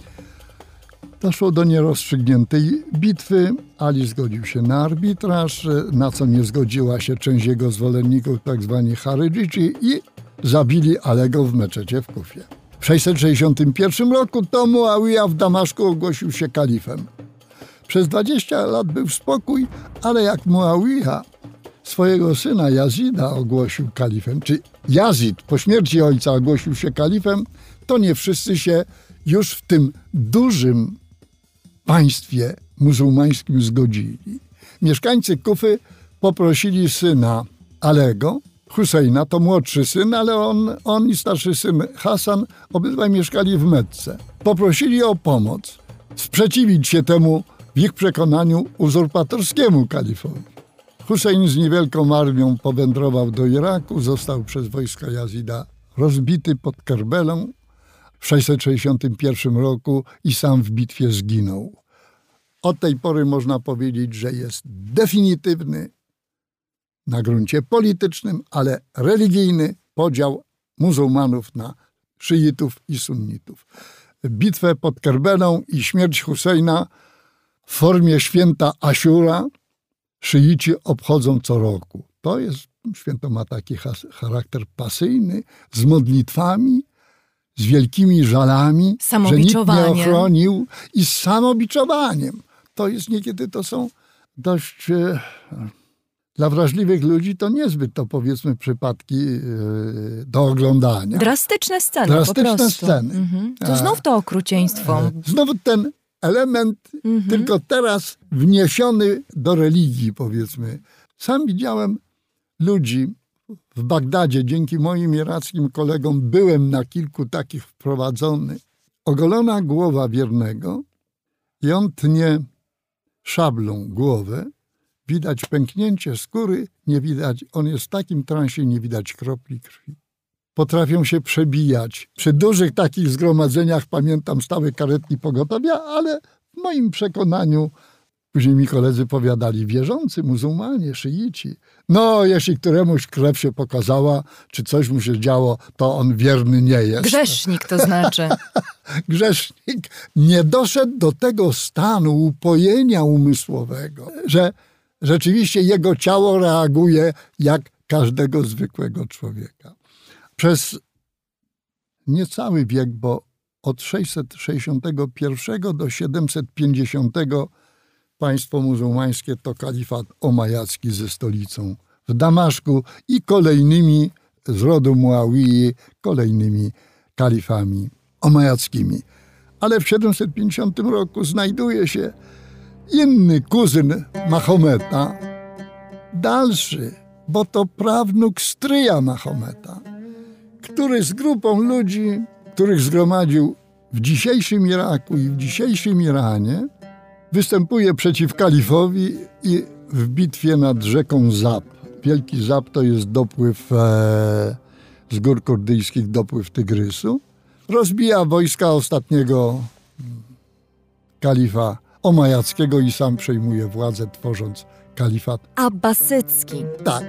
Doszło do nierozstrzygniętej bitwy. Ali zgodził się na arbitraż, na co nie zgodziła się część jego zwolenników, tak zwani Harydżyci, i zabili Alego w meczecie w Kufie. W sześćset sześćdziesiątym pierwszym roku to Muawija w Damaszku ogłosił się kalifem. Przez dwadzieścia lat był spokój, ale jak Muawija swojego syna Yazida ogłosił kalifem, czy Yazid po śmierci ojca ogłosił się kalifem, to nie wszyscy się już w tym dużym państwie muzułmańskim zgodzili. Mieszkańcy Kufy poprosili syna Alego, Husejna, to młodszy syn, ale on, on i starszy syn Hasan obydwaj mieszkali w Mekce. Poprosili o pomoc, sprzeciwić się temu w ich przekonaniu uzurpatorskiemu kalifowi. Husejn z niewielką armią powędrował do Iraku, został przez wojska Yazida rozbity pod Kerbelą w sześćset sześćdziesiątym pierwszym roku i sam w bitwie zginął. Od tej pory można powiedzieć, że jest definitywny na gruncie politycznym, ale religijny podział muzułmanów na szyitów i sunnitów. Bitwę pod Kerbelą i śmierć Husejna w formie święta Ashura szyici obchodzą co roku. To jest, święto ma taki charakter pasyjny, z modlitwami, z wielkimi żalami, że nikt nie ochronił i z samobiczowaniem. To jest niekiedy, to są dość... E, Dla wrażliwych ludzi to niezbyt to, powiedzmy, przypadki yy, do oglądania. Drastyczne sceny Drastyczne po prostu. sceny. Mhm. To znów to okrucieństwo. Znowu ten element, mhm. tylko teraz wniesiony do religii, powiedzmy. Sam widziałem ludzi w Bagdadzie, dzięki moim irackim kolegom byłem na kilku takich wprowadzonych. Ogolona głowa wiernego i on tnie szablą głowę. Widać pęknięcie skóry, nie widać, on jest w takim transie, nie widać kropli krwi. Potrafią się przebijać. Przy dużych takich zgromadzeniach, pamiętam, stały karetki pogotowia, ale w moim przekonaniu, później mi koledzy powiadali, wierzący muzułmanie, szyici. No, jeśli któremuś krew się pokazała, czy coś mu się działo, to on wierny nie jest. Grzesznik to znaczy. Grzesznik nie doszedł do tego stanu upojenia umysłowego, że rzeczywiście jego ciało reaguje jak każdego zwykłego człowieka. Przez niecały wiek, bo od sześćset sześćdziesiątego pierwszego do siedemset pięćdziesiątego państwo muzułmańskie to kalifat omajacki ze stolicą w Damaszku i kolejnymi z rodu Muawiji, kolejnymi kalifami omajackimi. Ale w siedemset pięćdziesiątym roku znajduje się inny kuzyn Mahometa, dalszy, bo to prawnuk stryja Mahometa, który z grupą ludzi, których zgromadził w dzisiejszym Iraku i w dzisiejszym Iranie, występuje przeciw kalifowi i w bitwie nad rzeką Zab. Wielki Zab to jest dopływ e, z gór kurdyjskich, dopływ Tygrysu. Rozbija wojska ostatniego kalifa omajackiego i sam przejmuje władzę, tworząc kalifat abbasycki. Tak.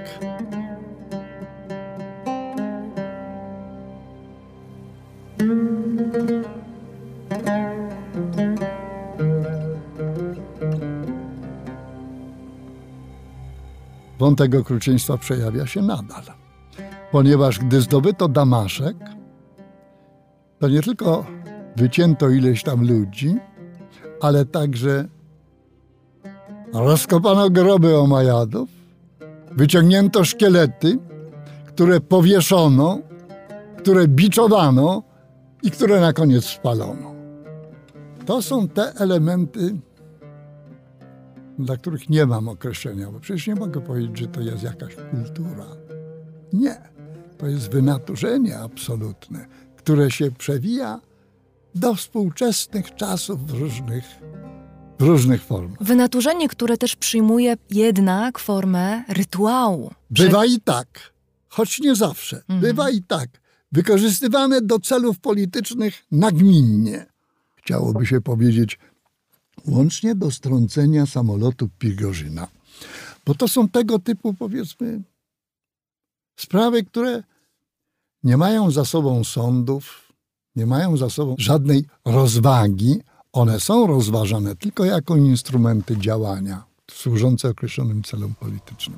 Wątek okrucieństwa przejawia się nadal, ponieważ gdy zdobyto Damaszek, to nie tylko wycięto ileś tam ludzi, ale także rozkopano groby Omajadów, wyciągnięto szkielety, które powieszono, które biczowano i które na koniec spalono. To są te elementy, dla których nie mam określenia, bo przecież nie mogę powiedzieć, że to jest jakaś kultura. Nie, to jest wynaturzenie absolutne, które się przewija do współczesnych czasów w różnych, w różnych formach. Wynaturzenie, które też przyjmuje jednak formę rytuału. Bywa i tak, choć nie zawsze. Mhm. Bywa i tak. Wykorzystywane do celów politycznych nagminnie. Chciałoby się powiedzieć, łącznie do strącenia samolotu Prigorzyna. Bo to są tego typu, powiedzmy, sprawy, które nie mają za sobą sądów, nie mają za sobą żadnej rozwagi. One są rozważane tylko jako instrumenty działania służące określonym celom politycznym.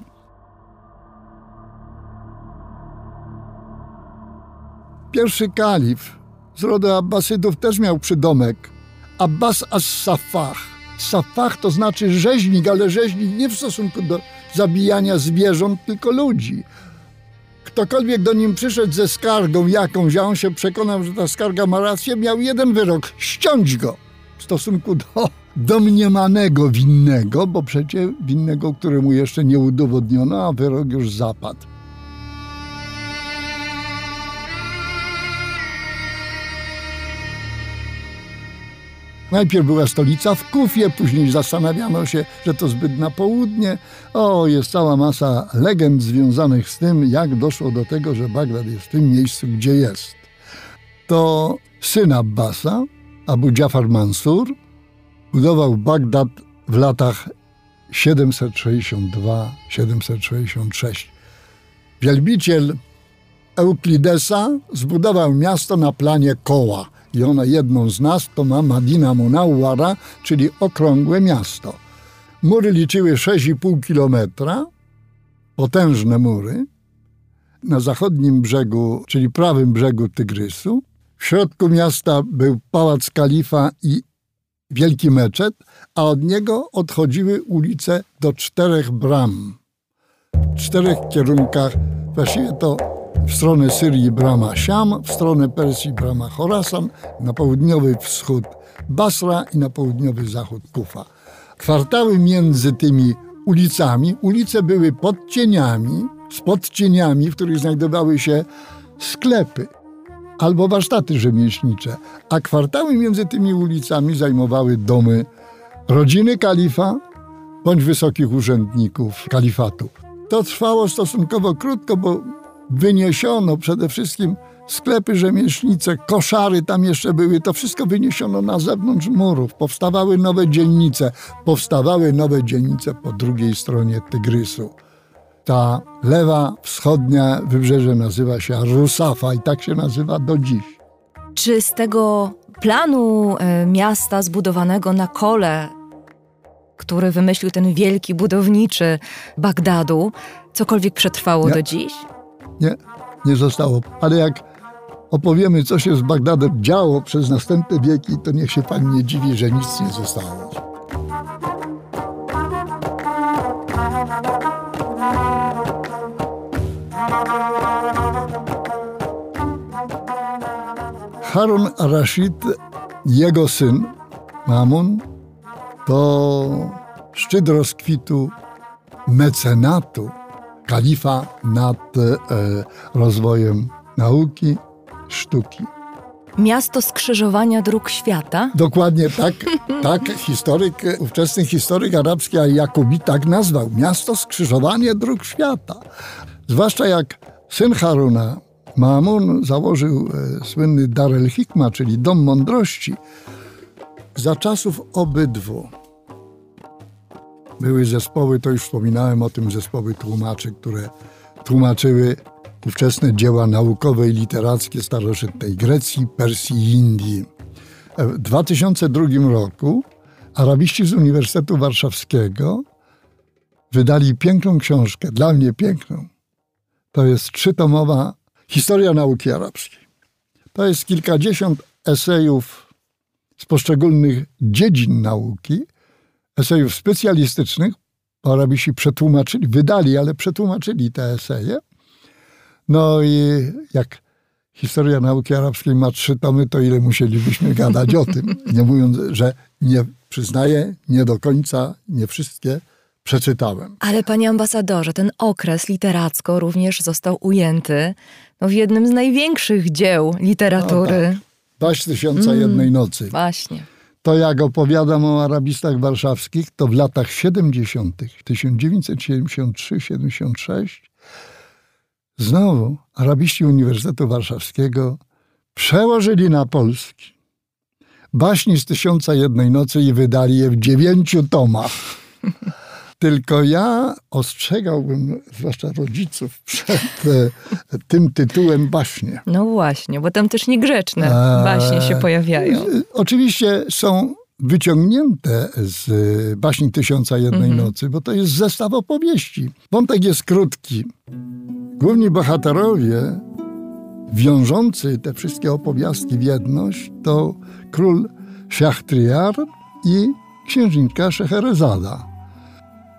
Pierwszy kalif z rodu Abbasydów też miał przydomek Abbas as-Saffah. Saffah to znaczy rzeźnik, ale rzeźnik nie w stosunku do zabijania zwierząt, tylko ludzi. Ktokolwiek do nim przyszedł ze skargą jakąś, a on się przekonał, że ta skarga ma rację, miał jeden wyrok – ściąć go w stosunku do domniemanego winnego, bo przecież winnego, któremu jeszcze nie udowodniono, a wyrok już zapadł. Najpierw była stolica w Kufie, później zastanawiano się, że to zbyt na południe. O, jest cała masa legend związanych z tym, jak doszło do tego, że Bagdad jest w tym miejscu, gdzie jest. To syn Abbasa, Abu Ja'far Mansur, budował Bagdad w latach siedemset sześćdziesiąt dwa siedemset sześćdziesiąt sześć. Wielbiciel Euklidesa zbudował miasto na planie koła. I ona jedną z nas to ma Madina Munawwara, czyli okrągłe miasto. Mury liczyły sześć i pół kilometra, potężne mury, na zachodnim brzegu, czyli prawym brzegu Tygrysu. W środku miasta był pałac kalifa i wielki meczet, a od niego odchodziły ulice do czterech bram. W czterech kierunkach, właściwie to w stronę Syrii brama Siam, w stronę Persji brama Chorasan, na południowy wschód Basra i na południowy zachód Kufa. Kwartały między tymi ulicami, ulice były pod cieniami, z podcieniami, w których znajdowały się sklepy albo warsztaty rzemieślnicze, a kwartały między tymi ulicami zajmowały domy rodziny kalifa bądź wysokich urzędników kalifatu. To trwało stosunkowo krótko, bo wyniesiono przede wszystkim sklepy rzemieślnicze, koszary tam jeszcze były, to wszystko wyniesiono na zewnątrz murów. Powstawały nowe dzielnice, powstawały nowe dzielnice po drugiej stronie Tygrysu. Ta lewa, wschodnia wybrzeże nazywa się Rusafa i tak się nazywa do dziś. Czy z tego planu y, miasta zbudowanego na kole, który wymyślił ten wielki budowniczy Bagdadu, cokolwiek przetrwało nie. do dziś? Nie, nie zostało. Ale jak opowiemy, co się z Bagdadem działo przez następne wieki, to niech się pani nie dziwi, że nic nie zostało. Harun ar-Rashid, jego syn, Mamun, to szczyt rozkwitu mecenatu kalifa nad e, rozwojem nauki, sztuki. Miasto skrzyżowania dróg świata? Dokładnie tak, tak historyk, ówczesny historyk arabski Al-Jakubi tak nazwał. Miasto skrzyżowania dróg świata. Zwłaszcza jak syn Haruna, Mamun, założył e, słynny Dar el-Hikma, czyli Dom Mądrości. Za czasów obydwu były zespoły, to już wspominałem o tym, zespoły tłumaczy, które tłumaczyły ówczesne dzieła naukowe i literackie starożytnej Grecji, Persji i Indii. W dwa tysiące drugim roku arabiści z Uniwersytetu Warszawskiego wydali piękną książkę, dla mnie piękną. To jest trzytomowa historia nauki arabskiej. To jest kilkadziesiąt esejów z poszczególnych dziedzin nauki, esejów specjalistycznych, bo arabiści przetłumaczyli, wydali, ale przetłumaczyli te eseje. No i jak historia nauki arabskiej ma trzy tomy, to ile musielibyśmy gadać o tym. Nie mówiąc, że nie przyznaję, nie do końca, nie wszystkie przeczytałem. Ale panie ambasadorze, ten okres literacko również został ujęty no, w jednym z największych dzieł literatury. No tak. Baśń tysiąca jednej nocy. Właśnie. To jak opowiadam o arabistach warszawskich, to w latach siedemdziesiątych, tysiąc dziewięćset siedemdziesiąt trzy siedemdziesiąt sześć, znowu arabiści Uniwersytetu Warszawskiego przełożyli na polski baśni z Tysiąca jednej nocy i wydali je w dziewięciu tomach. Tylko ja ostrzegałbym, zwłaszcza rodziców, przed e, tym tytułem baśnie. No właśnie, bo tam też niegrzeczne baśnie się pojawiają. E, oczywiście są wyciągnięte z baśni Tysiąca jednej mhm. nocy, bo to jest zestaw opowieści. Wątek jest krótki. Główni bohaterowie wiążący te wszystkie opowiastki w jedność to król Szahryar i księżniczka Szeherazada.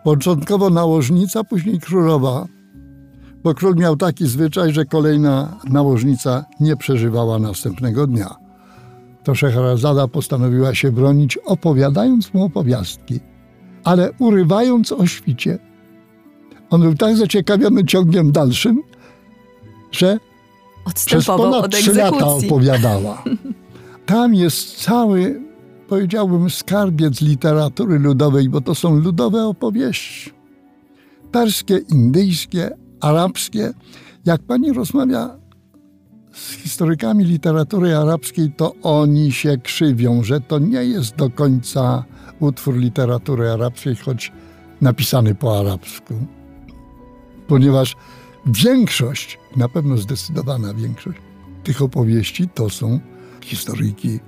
Początkowo nałożnica, później królowa, bo król miał taki zwyczaj, że kolejna nałożnica nie przeżywała następnego dnia. To Szeherazada postanowiła się bronić, opowiadając mu opowiastki, ale urywając o świcie. On był tak zaciekawiony ciągiem dalszym, że przez ponad trzy lata opowiadała. Tam jest cały, powiedziałbym, skarbiec literatury ludowej, bo to są ludowe opowieści. Perskie, indyjskie, arabskie. Jak pani rozmawia z historykami literatury arabskiej, to oni się krzywią, że to nie jest do końca utwór literatury arabskiej, choć napisany po arabsku. Ponieważ większość, na pewno zdecydowana większość tych opowieści to są historyjki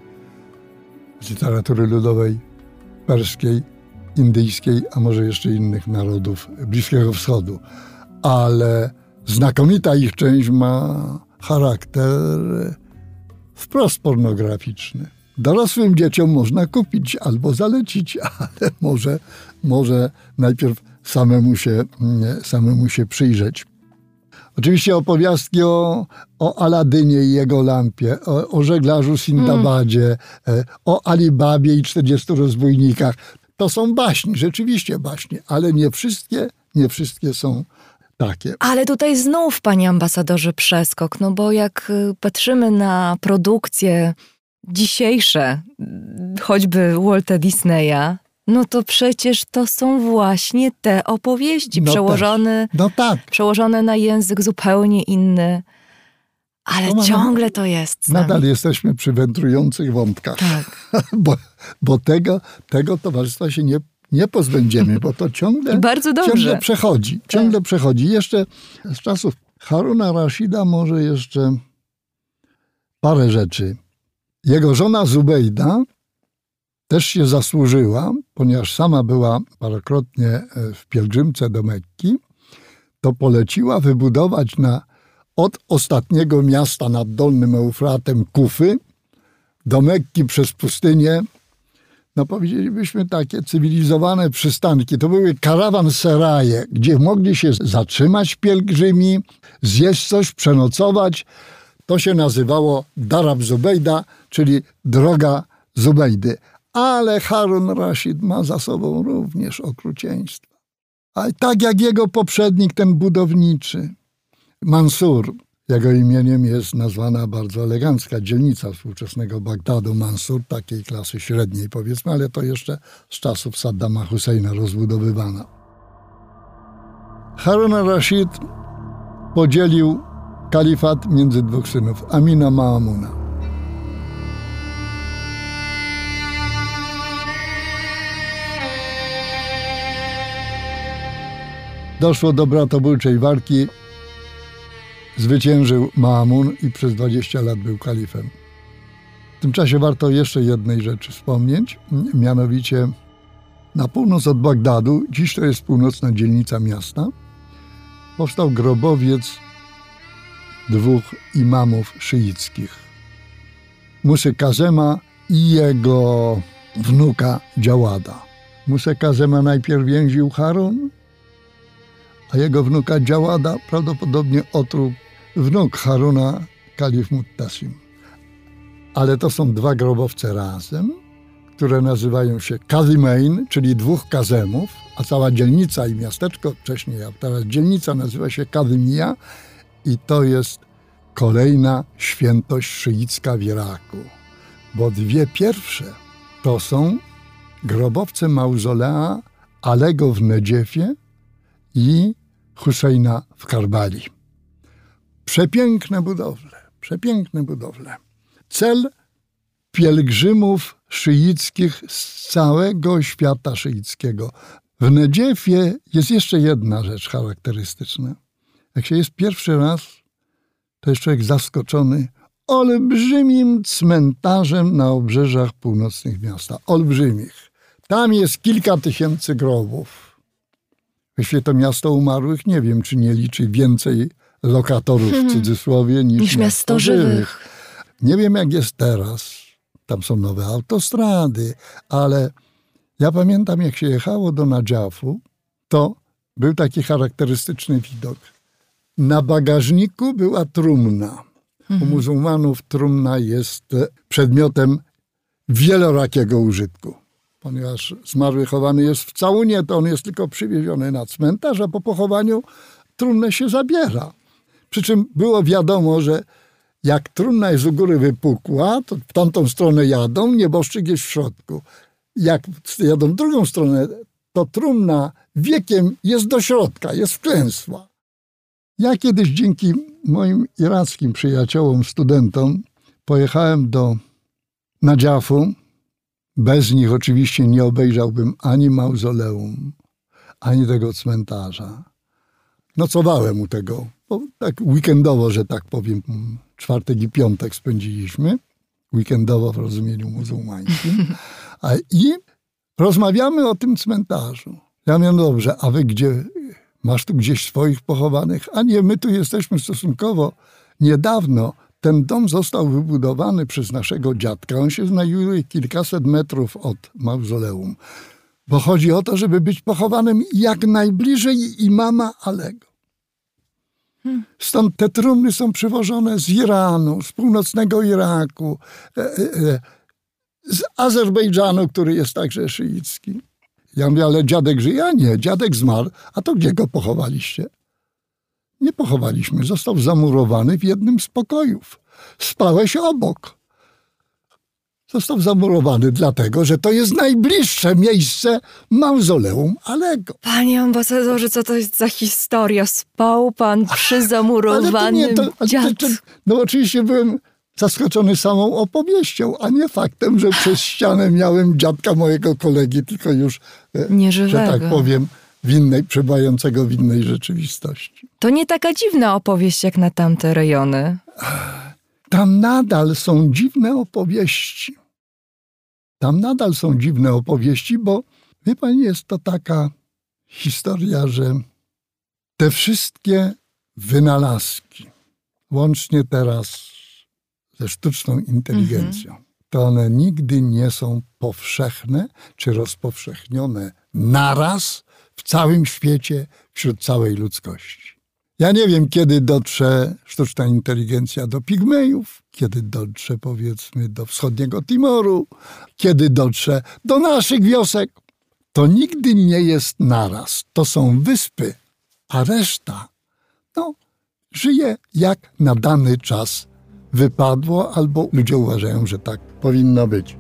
z literatury ludowej, perskiej, indyjskiej, a może jeszcze innych narodów Bliskiego Wschodu. Ale znakomita ich część ma charakter wprost pornograficzny. Dorosłym dzieciom można kupić albo zalecić, ale może, może najpierw samemu się, samemu się przyjrzeć. Oczywiście opowiastki o, o Aladynie i jego lampie, o, o żeglarzu Sindabadzie, mm. o Alibabie i czterdziestu rozbójnikach. To są baśni, rzeczywiście baśni, ale nie wszystkie, nie wszystkie są takie. Ale tutaj znów, panie ambasadorze, przeskok, no bo jak patrzymy na produkcje dzisiejsze, choćby Walta Disneya, no to przecież to są właśnie te opowieści, no przełożone, no tak. przełożone na język zupełnie inny. Ale no, ciągle no, to jest z nami. Nadal jesteśmy przy wędrujących wątkach. Tak. bo bo tego, tego towarzystwa się nie, nie pozbędziemy, bo to ciągle, bardzo dobrze. ciągle przechodzi. Ciągle tak. przechodzi. Jeszcze z czasów Haruna Rashida może jeszcze parę rzeczy. Jego żona Zubejda też się zasłużyła, ponieważ sama była parokrotnie w pielgrzymce do Mekki, to poleciła wybudować na, od ostatniego miasta nad Dolnym Eufratem Kufy do Mekki przez pustynię, no powiedzielibyśmy takie cywilizowane przystanki. To były karawanseraje, gdzie mogli się zatrzymać pielgrzymi, zjeść coś, przenocować. To się nazywało Darab Zubejda, czyli droga Zubejdy. Ale Harun Rashid ma za sobą również okrucieństwa. A tak jak jego poprzednik, ten budowniczy, Mansur. Jego imieniem jest nazwana bardzo elegancka dzielnica współczesnego Bagdadu, Mansur, takiej klasy średniej powiedzmy, ale to jeszcze z czasów Saddama Husseina rozbudowywana. Harun Rashid podzielił kalifat między dwóch synów, Amina Maamuna. Doszło do bratobójczej walki, zwyciężył Maamun i przez dwadzieścia lat był kalifem. W tym czasie warto jeszcze jednej rzeczy wspomnieć, mianowicie na północ od Bagdadu, dziś to jest północna dzielnica miasta, powstał grobowiec dwóch imamów szyickich. Musy Kazema i jego wnuka Działada. Musę Kazema najpierw więził Harun, a jego wnuka Działada prawdopodobnie otruł wnuk Haruna, kalif Muttasim. Ale to są dwa grobowce razem, które nazywają się Kazimein, czyli dwóch Kazemów, a cała dzielnica i miasteczko wcześniej, a teraz dzielnica nazywa się Kazimia i to jest kolejna świętość szyicka w Iraku. Bo dwie pierwsze to są grobowce mauzolea Alego w Nedzifie i Husseina w Karbali. Przepiękne budowle, przepiękne budowle. Cel pielgrzymów szyickich z całego świata szyickiego. W Nedzifie jest jeszcze jedna rzecz charakterystyczna. Jak się jest pierwszy raz, to jest człowiek zaskoczony olbrzymim cmentarzem na obrzeżach północnych miasta. Olbrzymich. Tam jest kilka tysięcy grobów. Właściwie to miasto umarłych, nie wiem, czy nie liczy więcej lokatorów w cudzysłowie niż, niż miasto żywych. żywych. Nie wiem, jak jest teraz. Tam są nowe autostrady, ale ja pamiętam, jak się jechało do Nadżafu, to był taki charakterystyczny widok. Na bagażniku była trumna. U muzułmanów trumna jest przedmiotem wielorakiego użytku. Ponieważ zmarły chowany jest w całunie, to on jest tylko przywieziony na cmentarz, a po pochowaniu trumnę się zabiera. Przy czym było wiadomo, że jak trumna jest u góry wypukła, to w tamtą stronę jadą, nieboszczyk jest w środku. Jak jadą w drugą stronę, to trumna wiekiem jest do środka, jest wklęsła. Ja kiedyś dzięki moim irackim przyjaciołom, studentom, pojechałem do Nadżafu. Bez nich oczywiście nie obejrzałbym ani mauzoleum, ani tego cmentarza. Nocowałem u tego, bo tak weekendowo, że tak powiem, czwartek i piątek spędziliśmy. Weekendowo w rozumieniu muzułmańskim. A, I rozmawiamy o tym cmentarzu. Ja mówię, no dobrze, a wy gdzie, masz tu gdzieś swoich pochowanych? A nie, my tu jesteśmy stosunkowo niedawno. Ten dom został wybudowany przez naszego dziadka. On się znajduje kilkaset metrów od mauzoleum. Bo chodzi o to, żeby być pochowanym jak najbliżej imama Alego. Stąd te trumny są przywożone z Iranu, z północnego Iraku, z Azerbejdżanu, który jest także szyicki. Ja mówię, ale dziadek żyje? A nie, dziadek zmarł. A to gdzie go pochowaliście? Nie pochowaliśmy. Został zamurowany w jednym z pokojów. Spałeś obok. Został zamurowany dlatego, że to jest najbliższe miejsce mauzoleum Alego. Panie ambasadorze, co to jest za historia? Spał pan przy zamurowanym dziadku. No oczywiście byłem zaskoczony samą opowieścią, a nie faktem, że przez ścianę miałem dziadka mojego kolegi, tylko już, nieżywego, że tak powiem, w innej, przebywającego w innej rzeczywistości. To nie taka dziwna opowieść jak na tamte rejony. Tam nadal są dziwne opowieści. Tam nadal są dziwne opowieści, bo wie pani, jest to taka historia, że te wszystkie wynalazki, łącznie teraz ze sztuczną inteligencją, mhm. to one nigdy nie są powszechne czy rozpowszechnione naraz w całym świecie, wśród całej ludzkości. Ja nie wiem, kiedy dotrze sztuczna inteligencja do pigmejów, kiedy dotrze, powiedzmy, do wschodniego Timoru, kiedy dotrze do naszych wiosek. To nigdy nie jest naraz. To są wyspy, a reszta, no, żyje jak na dany czas wypadło, albo ludzie uważają, że tak powinno być.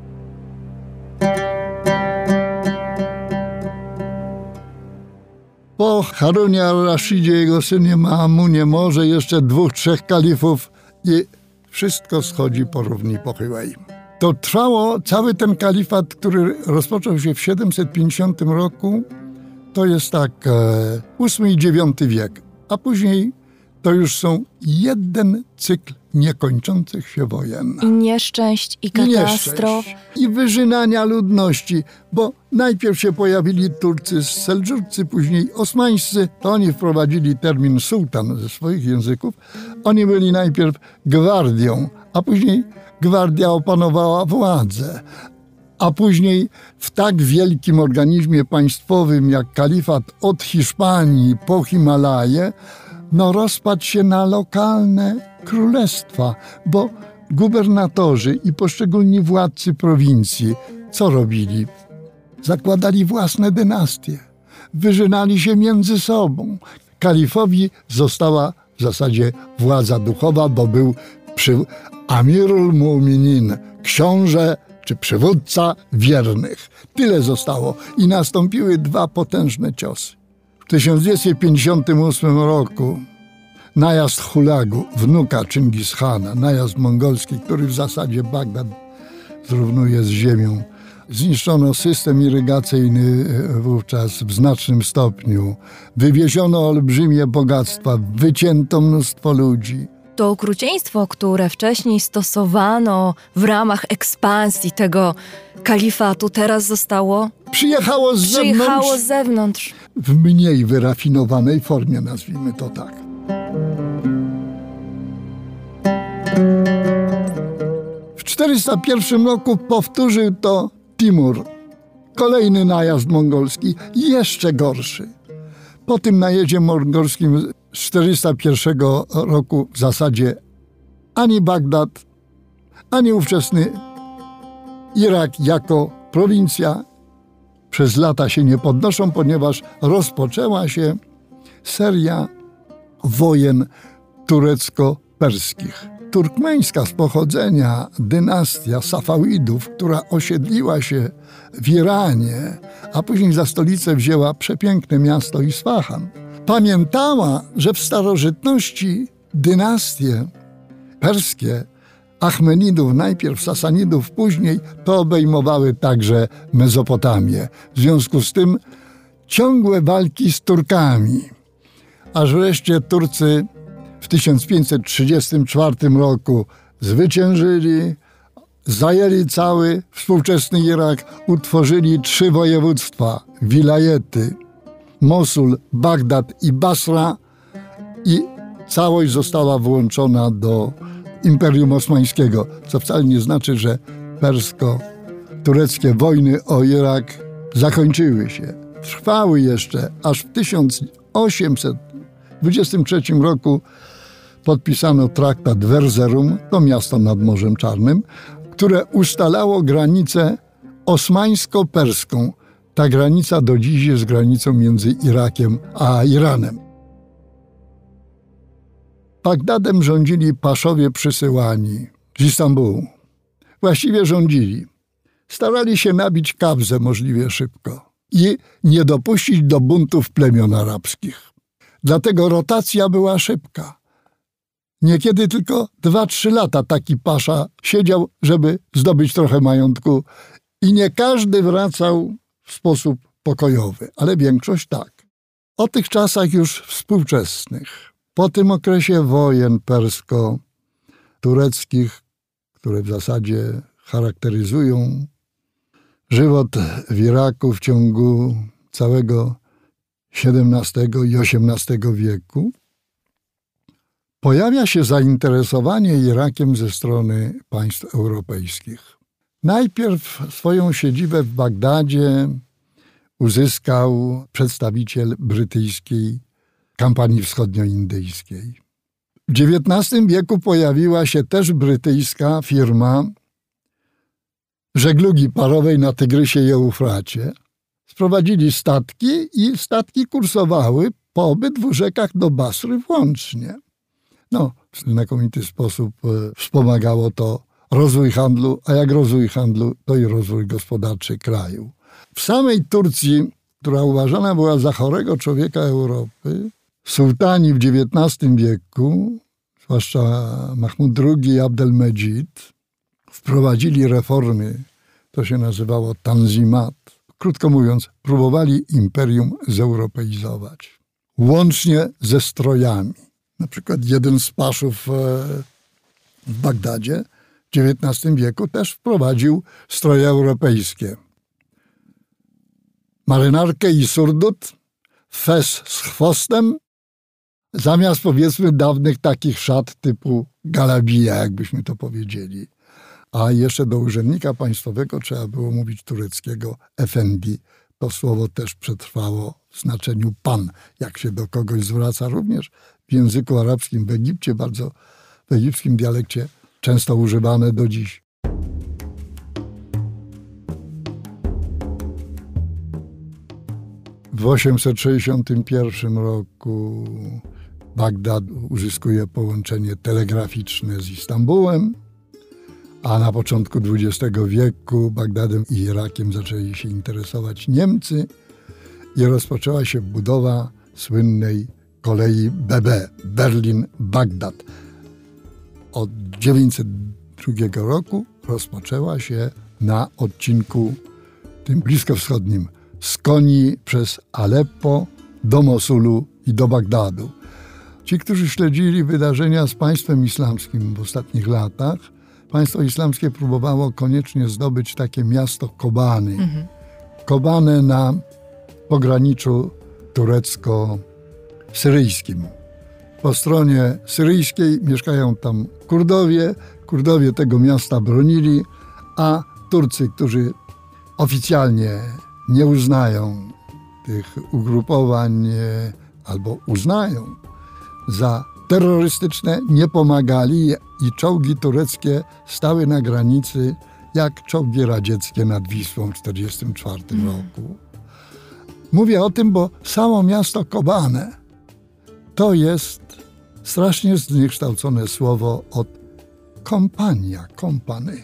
Po Harunie al-Rashidzie, jego synie Maamunie, może jeszcze dwóch, trzech kalifów i wszystko schodzi po równi pochyłej. To trwało, cały ten kalifat, który rozpoczął się w siedemset pięćdziesiątym roku, to jest tak e, ósmy i dziewiąty wiek, a później to już są jeden cykl niekończących się wojen. I nieszczęść, i katastrof. I, nieszczęść, i wyżynania ludności, bo najpierw się pojawili Turcy, Seldżucy, później osmańscy, to oni wprowadzili termin sułtan ze swoich języków. Oni byli najpierw gwardią, a później gwardia opanowała władzę. A później w tak wielkim organizmie państwowym jak kalifat od Hiszpanii po Himalaje, no rozpadł się na lokalne królestwa, bo gubernatorzy i poszczególni władcy prowincji co robili? Zakładali własne dynastie, wyżynali się między sobą. Kalifowi została w zasadzie władza duchowa, bo był przy Amirul Mu'minin, książę czy przywódca wiernych. Tyle zostało i nastąpiły dwa potężne ciosy. W tysiąc dwieście pięćdziesiątym ósmym roku najazd Hulagu, wnuka Czingis-Hana, najazd mongolski, który w zasadzie Bagdad zrównuje z ziemią. Zniszczono system irygacyjny wówczas w znacznym stopniu. Wywieziono olbrzymie bogactwa, wycięto mnóstwo ludzi. To okrucieństwo, które wcześniej stosowano w ramach ekspansji tego kalifatu, teraz zostało Przyjechało z przyjechało zewnątrz, z zewnątrz. w mniej wyrafinowanej formie, nazwijmy to tak. W czterysta pierwszym roku powtórzył to Timur. Kolejny najazd mongolski, jeszcze gorszy. Po tym najeździe mongorskim z czterysta pierwszego roku w zasadzie ani Bagdad, ani ówczesny Irak jako prowincja przez lata się nie podnoszą, ponieważ rozpoczęła się seria wojen turecko-perskich. Turkmeńska z pochodzenia dynastia Safawidów, która osiedliła się w Iranie, a później za stolicę wzięła przepiękne miasto Isfahan, pamiętała, że w starożytności dynastie perskie Achmenidów, najpierw Sasanidów, później to obejmowały także Mezopotamię. W związku z tym ciągłe walki z Turkami, aż wreszcie Turcy w tysiąc pięćset trzydziestym czwartym roku zwyciężyli, zajęli cały współczesny Irak, utworzyli trzy województwa, wilajety, Mosul, Bagdad i Basra i całość została włączona do Imperium Osmańskiego, co wcale nie znaczy, że persko-tureckie wojny o Irak zakończyły się. Trwały jeszcze, aż w tysiąc osiemset dwudziestym trzecim roku podpisano traktat w Erzurum, to miasto nad Morzem Czarnym, które ustalało granicę osmańsko-perską. Ta granica do dziś jest granicą między Irakiem a Iranem. Bagdadem rządzili paszowie przysyłani z Istambułu. Właściwie rządzili. Starali się nabić kabzę możliwie szybko i nie dopuścić do buntów plemion arabskich. Dlatego rotacja była szybka. Niekiedy tylko dwa, trzy lata taki pasza siedział, żeby zdobyć trochę majątku i nie każdy wracał w sposób pokojowy, ale większość tak. O tych czasach już współczesnych, po tym okresie wojen persko-tureckich, które w zasadzie charakteryzują żywot w Iraku w ciągu całego siedemnastego i osiemnastego wieku, pojawia się zainteresowanie Irakiem ze strony państw europejskich. Najpierw swoją siedzibę w Bagdadzie uzyskał przedstawiciel brytyjskiej kampanii wschodnioindyjskiej. W dziewiętnastym wieku pojawiła się też brytyjska firma żeglugi parowej na Tygrysie i Eufracie. Sprowadzili statki i statki kursowały po obydwu rzekach do Basry włącznie. No, w znakomity sposób wspomagało to rozwój handlu, a jak rozwój handlu, to i rozwój gospodarczy kraju. W samej Turcji, która uważana była za chorego człowieka Europy, sułtani w dziewiętnastym wieku, zwłaszcza Mahmud drugi i Abdelmedzid, wprowadzili reformy, to się nazywało tanzimat. Krótko mówiąc, próbowali imperium zeuropeizować, łącznie ze strojami. Na przykład jeden z paszów w Bagdadzie w dziewiętnastym wieku też wprowadził stroje europejskie. Marynarkę i surdut, fes z chwostem, zamiast powiedzmy dawnych takich szat typu galabija, jakbyśmy to powiedzieli. A jeszcze do urzędnika państwowego trzeba było mówić tureckiego efendi. To słowo też przetrwało w znaczeniu pan, jak się do kogoś zwraca, również w języku arabskim w Egipcie, bardzo w egipskim dialekcie, często używane do dziś. W osiemset sześćdziesiątym pierwszym roku Bagdad uzyskuje połączenie telegraficzne z Istambułem, a na początku dwudziestego wieku Bagdadem i Irakiem zaczęli się interesować Niemcy i rozpoczęła się budowa słynnej kolei B B, Berlin-Bagdad. Od tysiąc dziewięćset drugiego roku rozpoczęła się na odcinku tym bliskowschodnim z Konii przez Aleppo do Mosulu i do Bagdadu. Ci, którzy śledzili wydarzenia z państwem islamskim w ostatnich latach, państwo islamskie próbowało koniecznie zdobyć takie miasto Kobany. Mhm. Kobane na pograniczu turecko-syryjskim. Po stronie syryjskiej mieszkają tam Kurdowie. Kurdowie tego miasta bronili, a Turcy, którzy oficjalnie nie uznają tych ugrupowań albo uznają za terrorystyczne, nie pomagali i czołgi tureckie stały na granicy jak czołgi radzieckie nad Wisłą w tysiąc dziewięćset czterdziestym czwartym Mm. roku. Mówię o tym, bo samo miasto Kobane to jest strasznie zniekształcone słowo od kompania, kompany,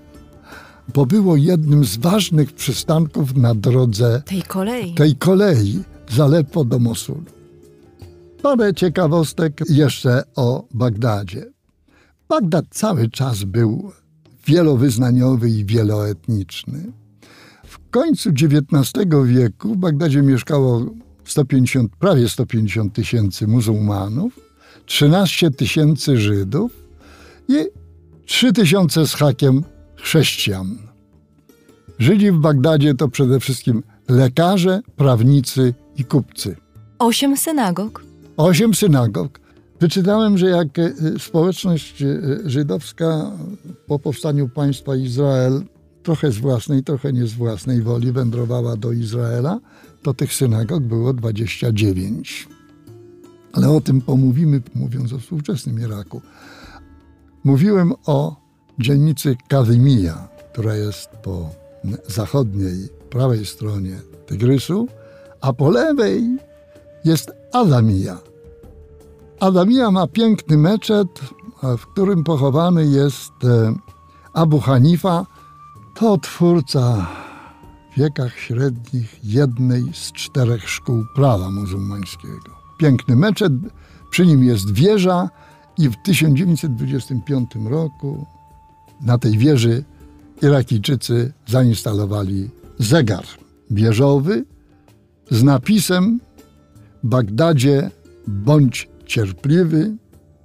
bo było jednym z ważnych przystanków na drodze Tej kolei. tej kolei z Aleppo do Mosulu. Parę ciekawostek jeszcze o Bagdadzie. Bagdad cały czas był wielowyznaniowy i wieloetniczny. W końcu dziewiętnastego wieku w Bagdadzie mieszkało sto pięćdziesiąt, prawie sto pięćdziesiąt tysięcy muzułmanów, trzynaście tysięcy Żydów i trzy tysiące z hakiem chrześcijan. Żydzi w Bagdadzie to przede wszystkim lekarze, prawnicy i kupcy. Osiem synagog. Osiem synagog. Wyczytałem, że jak społeczność żydowska po powstaniu państwa Izrael trochę z własnej, trochę nie z własnej woli wędrowała do Izraela, to tych synagog było dwadzieścia dziewięć. Ale o tym pomówimy, mówiąc o współczesnym Iraku. Mówiłem o dzielnicy Kadymija, która jest po zachodniej, prawej stronie Tygrysu, a po lewej jest Adamija. Adamija ma piękny meczet, w którym pochowany jest Abu Hanifa. To twórca w wiekach średnich jednej z czterech szkół prawa muzułmańskiego. Piękny meczet, przy nim jest wieża i w tysiąc dziewięćset dwudziestym piątym roku na tej wieży Irakijczycy zainstalowali zegar wieżowy z napisem: Bagdadzie, bądź cierpliwy,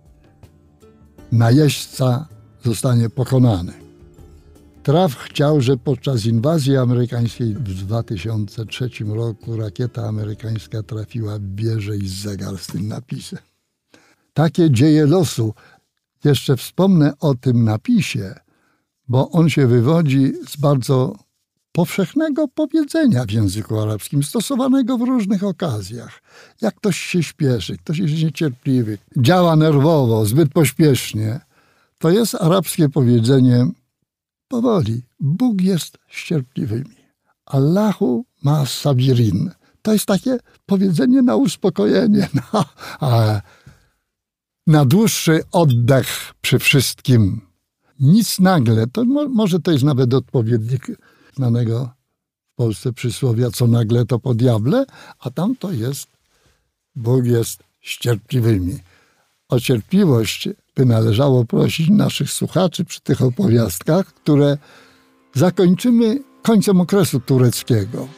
najeźdźca zostanie pokonany. Traf chciał, że podczas inwazji amerykańskiej w dwa tysiące trzecim roku rakieta amerykańska trafiła w wieżę i zegar z tym napisem. Takie dzieje losu. Jeszcze wspomnę o tym napisie, bo on się wywodzi z bardzo powszechnego powiedzenia w języku arabskim, stosowanego w różnych okazjach. Jak ktoś się śpieszy, ktoś jest niecierpliwy, działa nerwowo, zbyt pośpiesznie, to jest arabskie powiedzenie: powoli, Bóg jest z cierpliwymi. Allahu ma sabirin. To jest takie powiedzenie na uspokojenie, na, a, na dłuższy oddech przy wszystkim. Nic nagle, to mo, może to jest nawet odpowiednik znanego w Polsce przysłowia: co nagle to po diable, a tam to jest: Bóg jest z cierpliwymi. O cierpliwość by należało prosić naszych słuchaczy przy tych opowiastkach, które zakończymy końcem okresu tureckiego.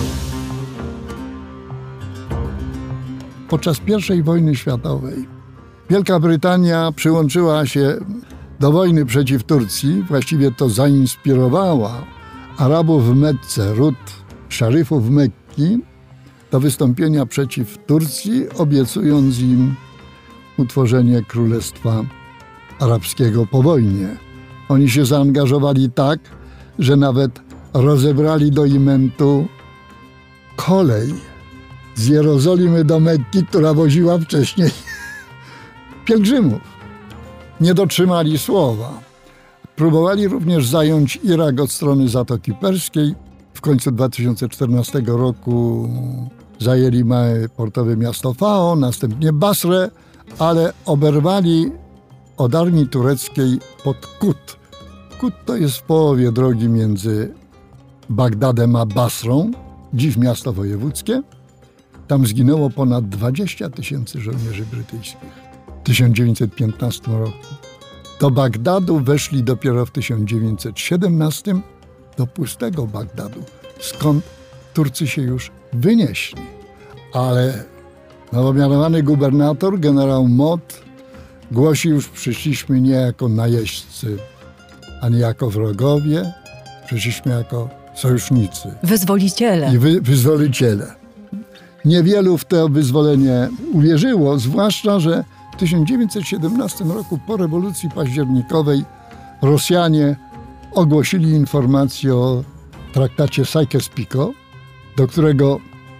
Podczas pierwszej wojny światowej Wielka Brytania przyłączyła się do wojny przeciw Turcji, właściwie to zainspirowała Arabów w Mekce, ród szeryfów Mekki, do wystąpienia przeciw Turcji, obiecując im utworzenie Królestwa Arabskiego po wojnie. Oni się zaangażowali tak, że nawet rozebrali do imentu kolej z Jerozolimy do Mekki, która woziła wcześniej pielgrzymów. Nie dotrzymali słowa. Próbowali również zająć Irak od strony Zatoki Perskiej. W końcu dwa tysiące czternastego roku zajęli małe portowe miasto Fao, następnie Basrę, ale oberwali od armii tureckiej pod Kut. Kut to jest w połowie drogi między Bagdadem a Basrą, dziś miasto wojewódzkie. Tam zginęło ponad dwadzieścia tysięcy żołnierzy brytyjskich w tysiąc dziewięćset piętnastym roku. Do Bagdadu weszli dopiero w tysiąc dziewięćset siedemnastym, do pustego Bagdadu, skąd Turcy się już wynieśli. Ale nowo mianowany gubernator, generał Mott, głosi: już przyszliśmy nie jako najeźdźcy, ani jako wrogowie, przyszliśmy jako sojusznicy. Wyzwoliciele. I wy, wyzwoliciele. Niewielu w to wyzwolenie uwierzyło, zwłaszcza że w tysiąc dziewięćset siedemnastym roku po rewolucji październikowej Rosjanie ogłosili informację o traktacie Sykes-Picot, do którego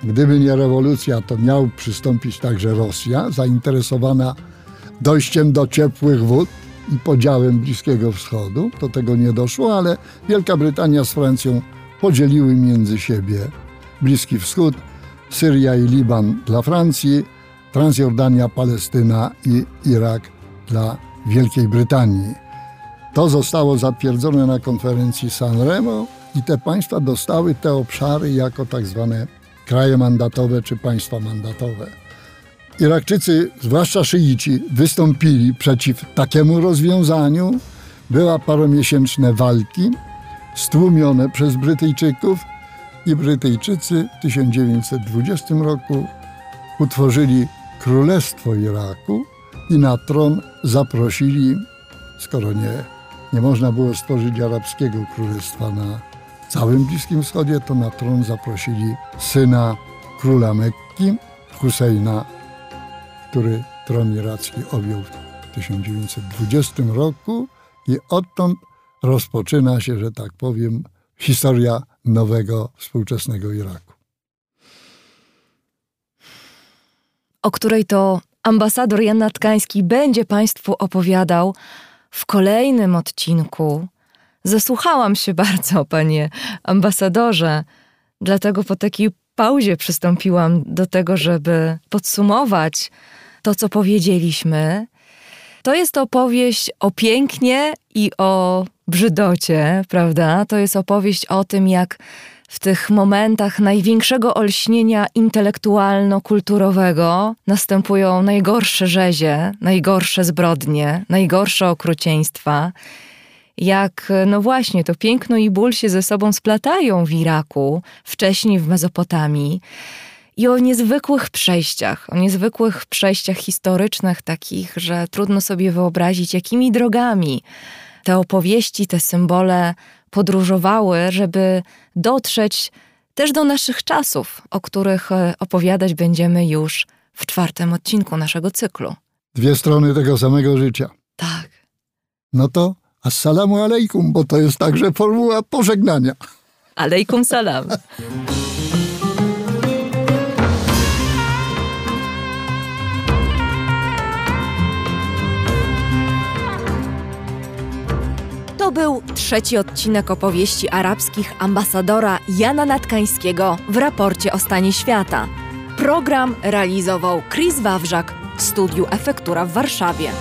Gdyby nie rewolucja, to miał przystąpić także Rosja, zainteresowana dojściem do ciepłych wód i podziałem Bliskiego Wschodu. Do tego nie doszło, ale Wielka Brytania z Francją podzieliły między siebie Bliski Wschód, Syria i Liban dla Francji, Transjordania, Palestyna i Irak dla Wielkiej Brytanii. To zostało zatwierdzone na konferencji San Remo i te państwa dostały te obszary jako tak zwane kraje mandatowe czy państwa mandatowe. Irakczycy, zwłaszcza szyici, wystąpili przeciw takiemu rozwiązaniu. Była paromiesięczne walki stłumione przez Brytyjczyków i Brytyjczycy w tysiąc dziewięćset dwudziestym roku utworzyli Królestwo Iraku i na tron zaprosili, skoro nie, nie można było stworzyć arabskiego królestwa na całym Bliskim Wschodzie, to na tron zaprosili syna króla Mekki, Husejna, który tron iracki objął w tysiąc dziewięćset dwudziestym roku i odtąd rozpoczyna się, że tak powiem, historia nowego, współczesnego Iraku. O której to ambasador Jan Natkański będzie Państwu opowiadał w kolejnym odcinku. Zasłuchałam się bardzo, panie ambasadorze, dlatego po takiej pauzie przystąpiłam do tego, żeby podsumować to, co powiedzieliśmy. To jest opowieść o pięknie i o brzydocie, prawda? To jest opowieść o tym, jak w tych momentach największego olśnienia intelektualno-kulturowego następują najgorsze rzezie, najgorsze zbrodnie, najgorsze okrucieństwa. Jak, no właśnie, to piękno i ból się ze sobą splatają w Iraku, wcześniej w Mezopotamii. I o niezwykłych przejściach, o niezwykłych przejściach historycznych takich, że trudno sobie wyobrazić, jakimi drogami te opowieści, te symbole podróżowały, żeby dotrzeć też do naszych czasów, o których opowiadać będziemy już w czwartym odcinku naszego cyklu. Dwie strony tego samego życia. Tak. No to assalamu alaikum, bo to jest także formuła pożegnania. Alejkum salam. To był trzeci odcinek opowieści arabskich ambasadora Jana Natkańskiego w raporcie o stanie świata. Program realizował Chris Wawrzak w studiu Efektura w Warszawie.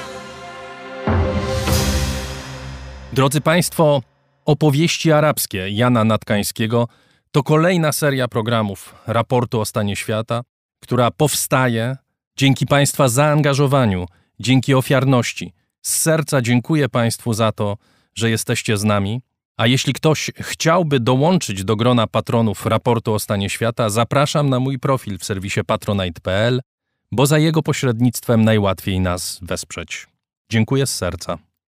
Drodzy Państwo, opowieści arabskie Jana Natkańskiego to kolejna seria programów raportu o stanie świata, która powstaje dzięki Państwa zaangażowaniu, dzięki ofiarności. Z serca dziękuję Państwu za to, że jesteście z nami. A jeśli ktoś chciałby dołączyć do grona patronów raportu o stanie świata, zapraszam na mój profil w serwisie patronite kropka p l, bo za jego pośrednictwem najłatwiej nas wesprzeć. Dziękuję z serca.